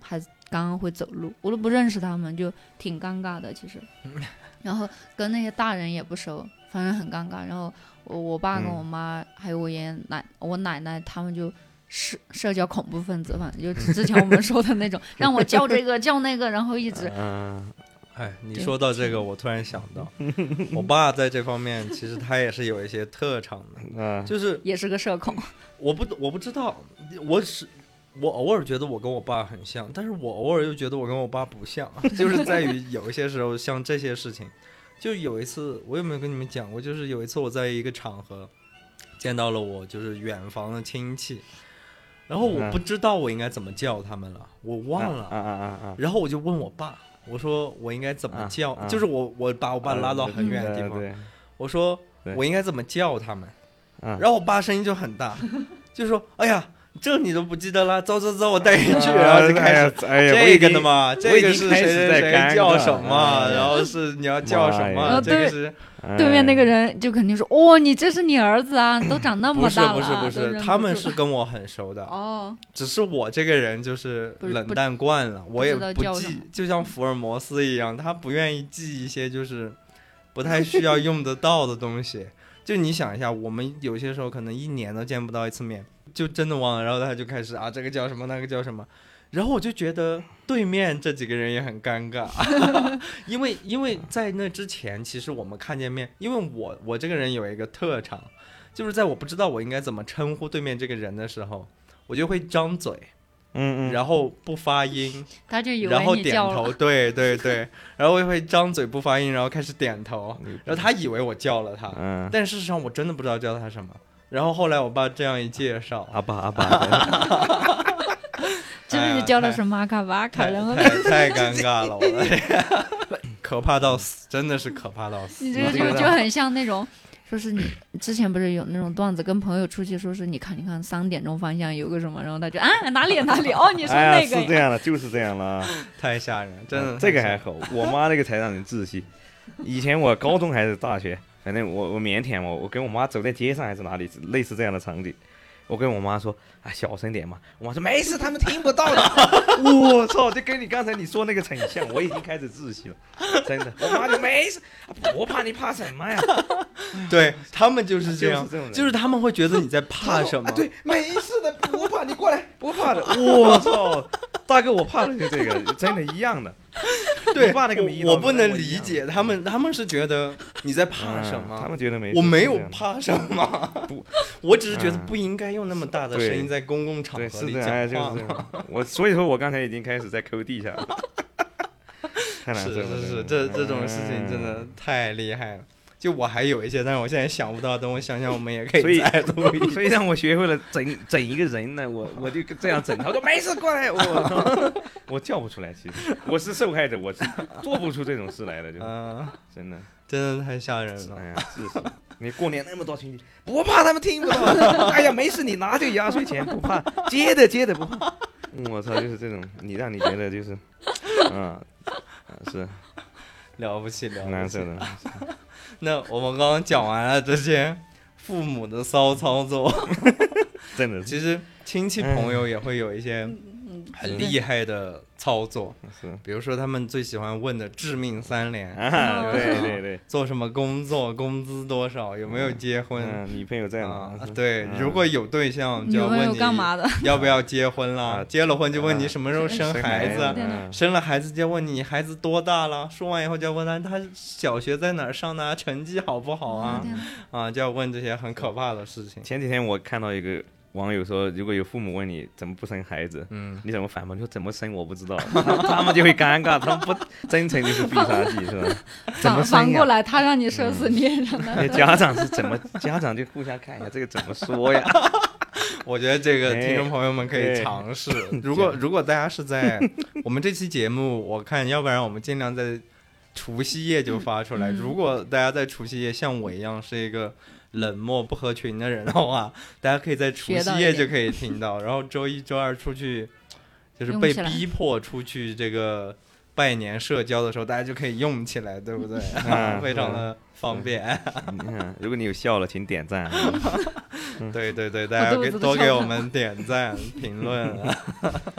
B: 刚刚会走路，我都不认识他们，就挺尴尬的其实。然后跟那些大人也不熟，反正很尴尬。然后我我爸跟我妈、嗯、还有我爷爷奶我奶奶他们就。社社交恐怖分子，反正就之前我们说的那种，让我叫这个叫那个，然后一直。
A: 嗯，哎，你说到这个，我突然想到，我爸在这方面其实他也是有一些特长的，嗯，就是
B: 也是个社恐。
A: 我不我不知道，我是我偶尔觉得我跟我爸很像，但是我偶尔又觉得我跟我爸不像，就是在于有一些时候像这些事情，就有一次我有没有跟你们讲过，就是有一次我在一个场合见到了我就是远房的亲戚。然后我不知道我应该怎么叫他们了，我忘了。啊啊啊啊！然后我就问我爸，我说我应该怎么叫？啊啊、就是我我把我爸拉到很远的地方，嗯、我说我应该怎么叫他们？然后我爸声音就很大，就说：“哎呀，这你都不记得了？走走走，我带你去。”然后就开始、哎呀、这个的嘛，这个是谁谁谁叫什么，然后是你要叫什么，这个是。
B: 对面那个人就肯定说：“哦，你这是你儿子啊，都长那么大了。”
A: 不是不是不是，他们是跟我很熟的哦。只是我这个人就是冷淡惯了，我也不记，就像福尔摩斯一样，他不愿意记一些就是不太需要用得到的东西。就你想一下，我们有些时候可能一年都见不到一次面，就真的忘了，然后他就开始啊，这个叫什么，那个叫什么。然后我就觉得对面这几个人也很尴尬，因为因为在那之前，其实我们看见面，因为我我这个人有一个特长，就是在我不知道我应该怎么称呼对面这个人的时候，我就会张嘴，嗯嗯，然后不发音，
B: 他就以为
A: 然后点头，对对对，然后我会张嘴不发音，然后开始点头，然后他以为我叫了他，嗯，但事实上我真的不知道叫他什么。然后后来我爸这样一介绍，
C: 阿爸阿爸。
B: 是不是叫的是马卡巴卡人？
A: 太太尴尬了，我的天，可怕到死，真的是可怕到死。
B: 你这个就就很像那种，说是你之前不是有那种段子，跟朋友出去说是你看你看三点钟方向有个什么，然后他就啊哪里哪里哦，你说那个、
C: 哎、是这样的，就是这样了，
A: 太吓人，真的、
C: 嗯。这个还好，我妈那个才让人窒息。以前我高中还是大学，反正我我腼腆，我我跟我妈走在街上还是哪里，类似这样的场景。我跟我妈说啊，小声点嘛。我妈说没事，他们听不到的。我操，就跟你刚才你说那个很像，我已经开始窒息了，真的。我妈就没事，不怕，你怕什么呀？
A: 对他们就是这样，就是，就是他们会觉得你在怕什么。
C: 啊、对，没事的，不怕，你过来，不怕的。我操，大哥，我怕的就这个，真的一样的。
A: 对，那个我, 我不能理解他们，他们是觉得你在怕什么？
C: 嗯、他们觉得没事，
A: 我没有怕什么，不，我只是觉得不应该用那么大的声音在公共场合里讲话。
C: 就是我所以说我刚才已经开始在抠地下了。太难受了，
A: 是是是，这这种事情真的太厉害了。就我还有一些，但是我现在想不到，等我想想，我们也可以再录一。
C: 所以让我学会了整整一个人呢，我我就这样整，他说没事过来，我我叫不出来，其实我是受害者，我是做不出这种事来的，就、嗯、真的
A: 真的太吓人了。
C: 哎呀，是是，你过年那么多亲戚，不怕他们听不到，哎呀没事，你拿这个压岁钱不怕，接的接的不怕。嗯、我操，就是这种，你让你觉得就是，嗯，是
A: 了不起了不起，
C: 难受的。
A: 那我们刚刚讲完了这些父母的骚操作，
C: 真的，
A: 其实亲戚朋友也会有一些很厉害的操作，
C: 是，
A: 比如说他们最喜欢问的致命三连，
C: 啊、对对对，
A: 做什么工作，工资多少，有没有结婚，
C: 嗯嗯、女朋友在哪、
A: 啊？对、嗯，如果有对象就要
B: 问你
A: 要不要结婚啦，啊、结了婚就问你什么时候生孩子，
C: 啊、
A: 生了孩子就问你孩子多大了，说完以后就要问他他小学在哪儿上的，成绩好不好啊？啊，就要问这些很可怕的事情。
C: 前几天我看到一个网友说，如果有父母问你怎么不生孩子，嗯，你怎么反驳？你说怎么生我不知道，他们就会尴尬，他们不真诚就是必杀技，是吧？怎么
B: 反过来，他让你射死你，
C: 嗯、家长是怎么？家长就互相看一下这个怎么说呀？
A: 我觉得这个听众朋友们可以尝试。如果如果大家是在我们这期节目，我看要不然我们尽量在除夕夜就发出来。如果大家在除夕夜像我一样是一个冷漠不合群的人的话，大家可以在除夕夜就可以听到，然后周一周二出去就是被逼迫出去这个拜年社交的时候，大家就可以用起来，对不对？嗯、非常的方便。
C: 嗯、如果你有笑了请点赞。
A: 对对对，大家给多给我们点赞评论。
B: 如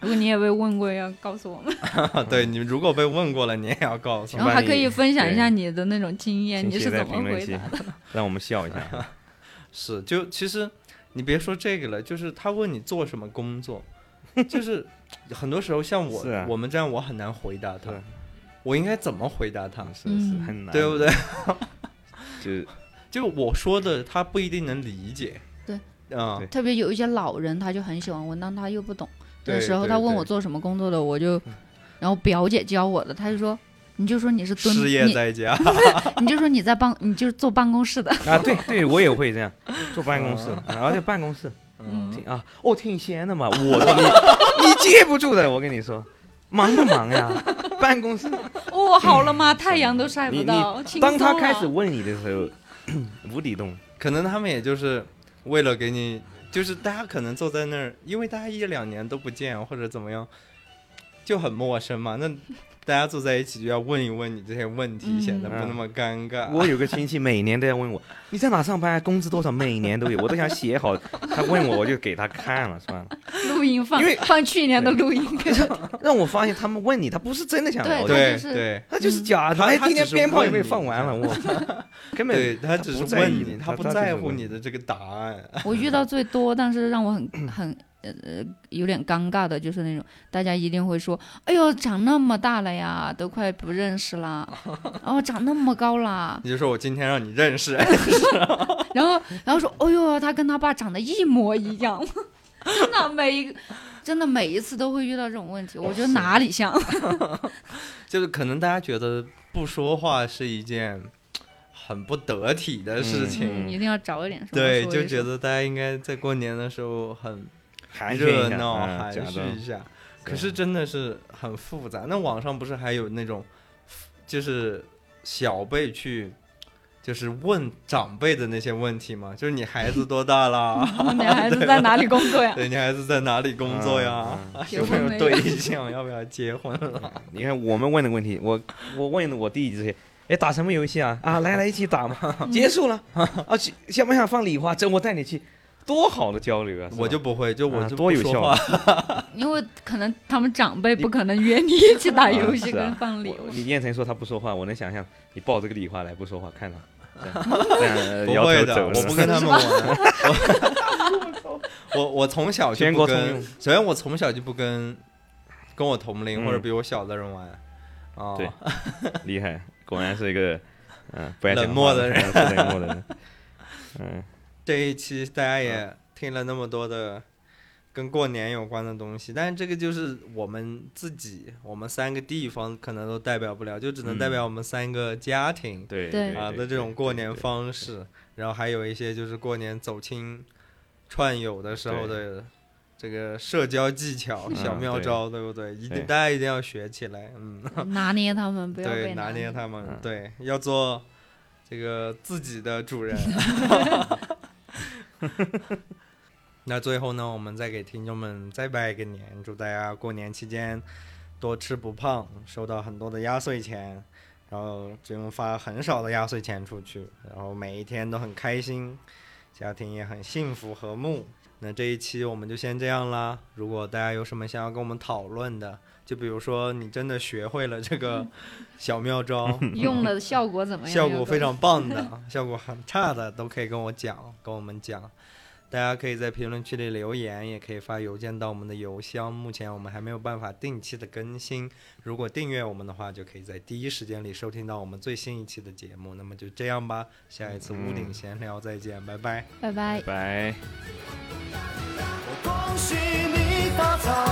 B: 如果你也被问过，要告诉我们。
A: 对，你如果被问过了，你也要告诉我们。
B: 然后还可以分享一下你的那种经验，你是怎么回答的？
C: 让我们笑一下。
A: 是，就其实你别说这个了，就是他问你做什么工作，就是很多时候像我、啊、我们这样，我很难回答他。我应该怎么回答他？
C: 是是很难，
A: 对不对？
C: 就
A: 就我说的，他不一定能理解。
B: 对，
A: 嗯，
B: 特别有一些老人，他就很喜欢问，但他又不懂的时候，
A: 对对对
B: 他问我做什么工作的，我就，然后表姐教我的，他就说，你就说你是蹲
A: 失业在家，
B: 你, 你就说你在办，你就是坐办公室的
C: 啊，对对，我也会这样，坐办公室，然后在办公室，
B: 嗯
C: 挺啊，哦，挺闲的嘛，我说你你接不住的，我跟你说。忙不忙呀？办公室
B: 哦，好了吗？太阳都晒不到。
C: 当他开始问你的时候，无底洞。
A: 可能他们也就是为了给你，就是大家可能坐在那儿，因为大家一两年都不见或者怎么样，就很陌生嘛。那大家坐在一起就要问一问你这些问题，显得不那么尴尬。
C: 嗯、我有个亲戚每年都要问我你在哪上班，工资多少，每年都有，我都想写好。他问我，我就给他看了，算了。
B: 录音放，因为放去年的录音给他。
C: 让我发现他们问你，他不是真的想聊，
A: 对对，
C: 他就是假的。他今天鞭炮也被放完了，我根本
A: 对他只是问你，他不在乎你的这个答案。
B: 我遇到最多，但是让我很很。呃，有点尴尬的，就是那种大家一定会说：“哎呦，长那么大了呀，都快不认识了。”哦，长那么高了，
A: 你就说我今天让你认识，
B: 然后然后说：“哎呦，他跟他爸长得一模一样。”真的每一真的每一次都会遇到这种问题，我觉得哪里像？
A: 就是可能大家觉得不说话是一件很不得体的事情，
B: 嗯、一定要找一点什么
A: 对，
B: 说一说
A: 就觉得大家应该在过年的时候很。
C: 寒
A: 热闹含蓄
C: 一
A: 下，可是真的是很复杂。那网上不是还有那种，就是小辈去，就是问长辈的那些问题吗？就是你孩子多大啦？
B: 你孩子在哪里工作呀？
A: 对，你孩子在哪里工作呀？嗯嗯、有没有对象？要不要结婚了？
C: 你看我们问的问题，我我问我弟弟这些。哎，打什么游戏啊？啊，来来一起打嘛！结束了啊，想不想放礼花？走，我带你去。多好的交流啊！
A: 我就不会，就我就
C: 多有效，
B: 因为可能他们长辈不可能约你一起打游戏跟放礼物。
C: 你燕城说他不说话，我能想象你抱这个礼花来不说话，看他这样
A: 不会的，我不跟他们玩。我我从小就不跟，首先我从小就不跟跟我同龄或者比我小的人玩。哦，
C: 对，厉害，果然是一个嗯不爱
A: 冷漠的人，
C: 冷漠的人，嗯。
A: 这一期大家也听了那么多的跟过年有关的东西，但是这个就是我们自己，我们三个地方可能都代表不了，就只能代表我们三个家庭，
C: 对
B: 对
A: 啊的这种过年方式，然后还有一些就是过年走亲串友的时候的这个社交技巧、小妙招，对不对？一定大家一定要学起来，嗯，
B: 拿捏他们，不要被
A: 对拿捏他们，对，要做这个自己的主人。那最后呢，我们再给听众们再拜个年，祝大家过年期间多吃不胖，收到很多的压岁钱，然后只用发很少的压岁钱出去，然后每一天都很开心，家庭也很幸福和睦。那这一期我们就先这样啦，如果大家有什么想要跟我们讨论的，就比如说你真的学会了这个小妙招
B: 用了效果怎么样，
A: 效果非常棒的效果很差的都可以跟我讲跟我们讲，大家可以在评论区里留言，也可以发邮件到我们的邮箱，目前我们还没有办法定期的更新，如果订阅我们的话就可以在第一时间里收听到我们最新一期的节目。那么就这样吧，下一次屋顶闲聊再见，拜拜
B: 拜拜
C: 拜。
D: 恭喜你发财。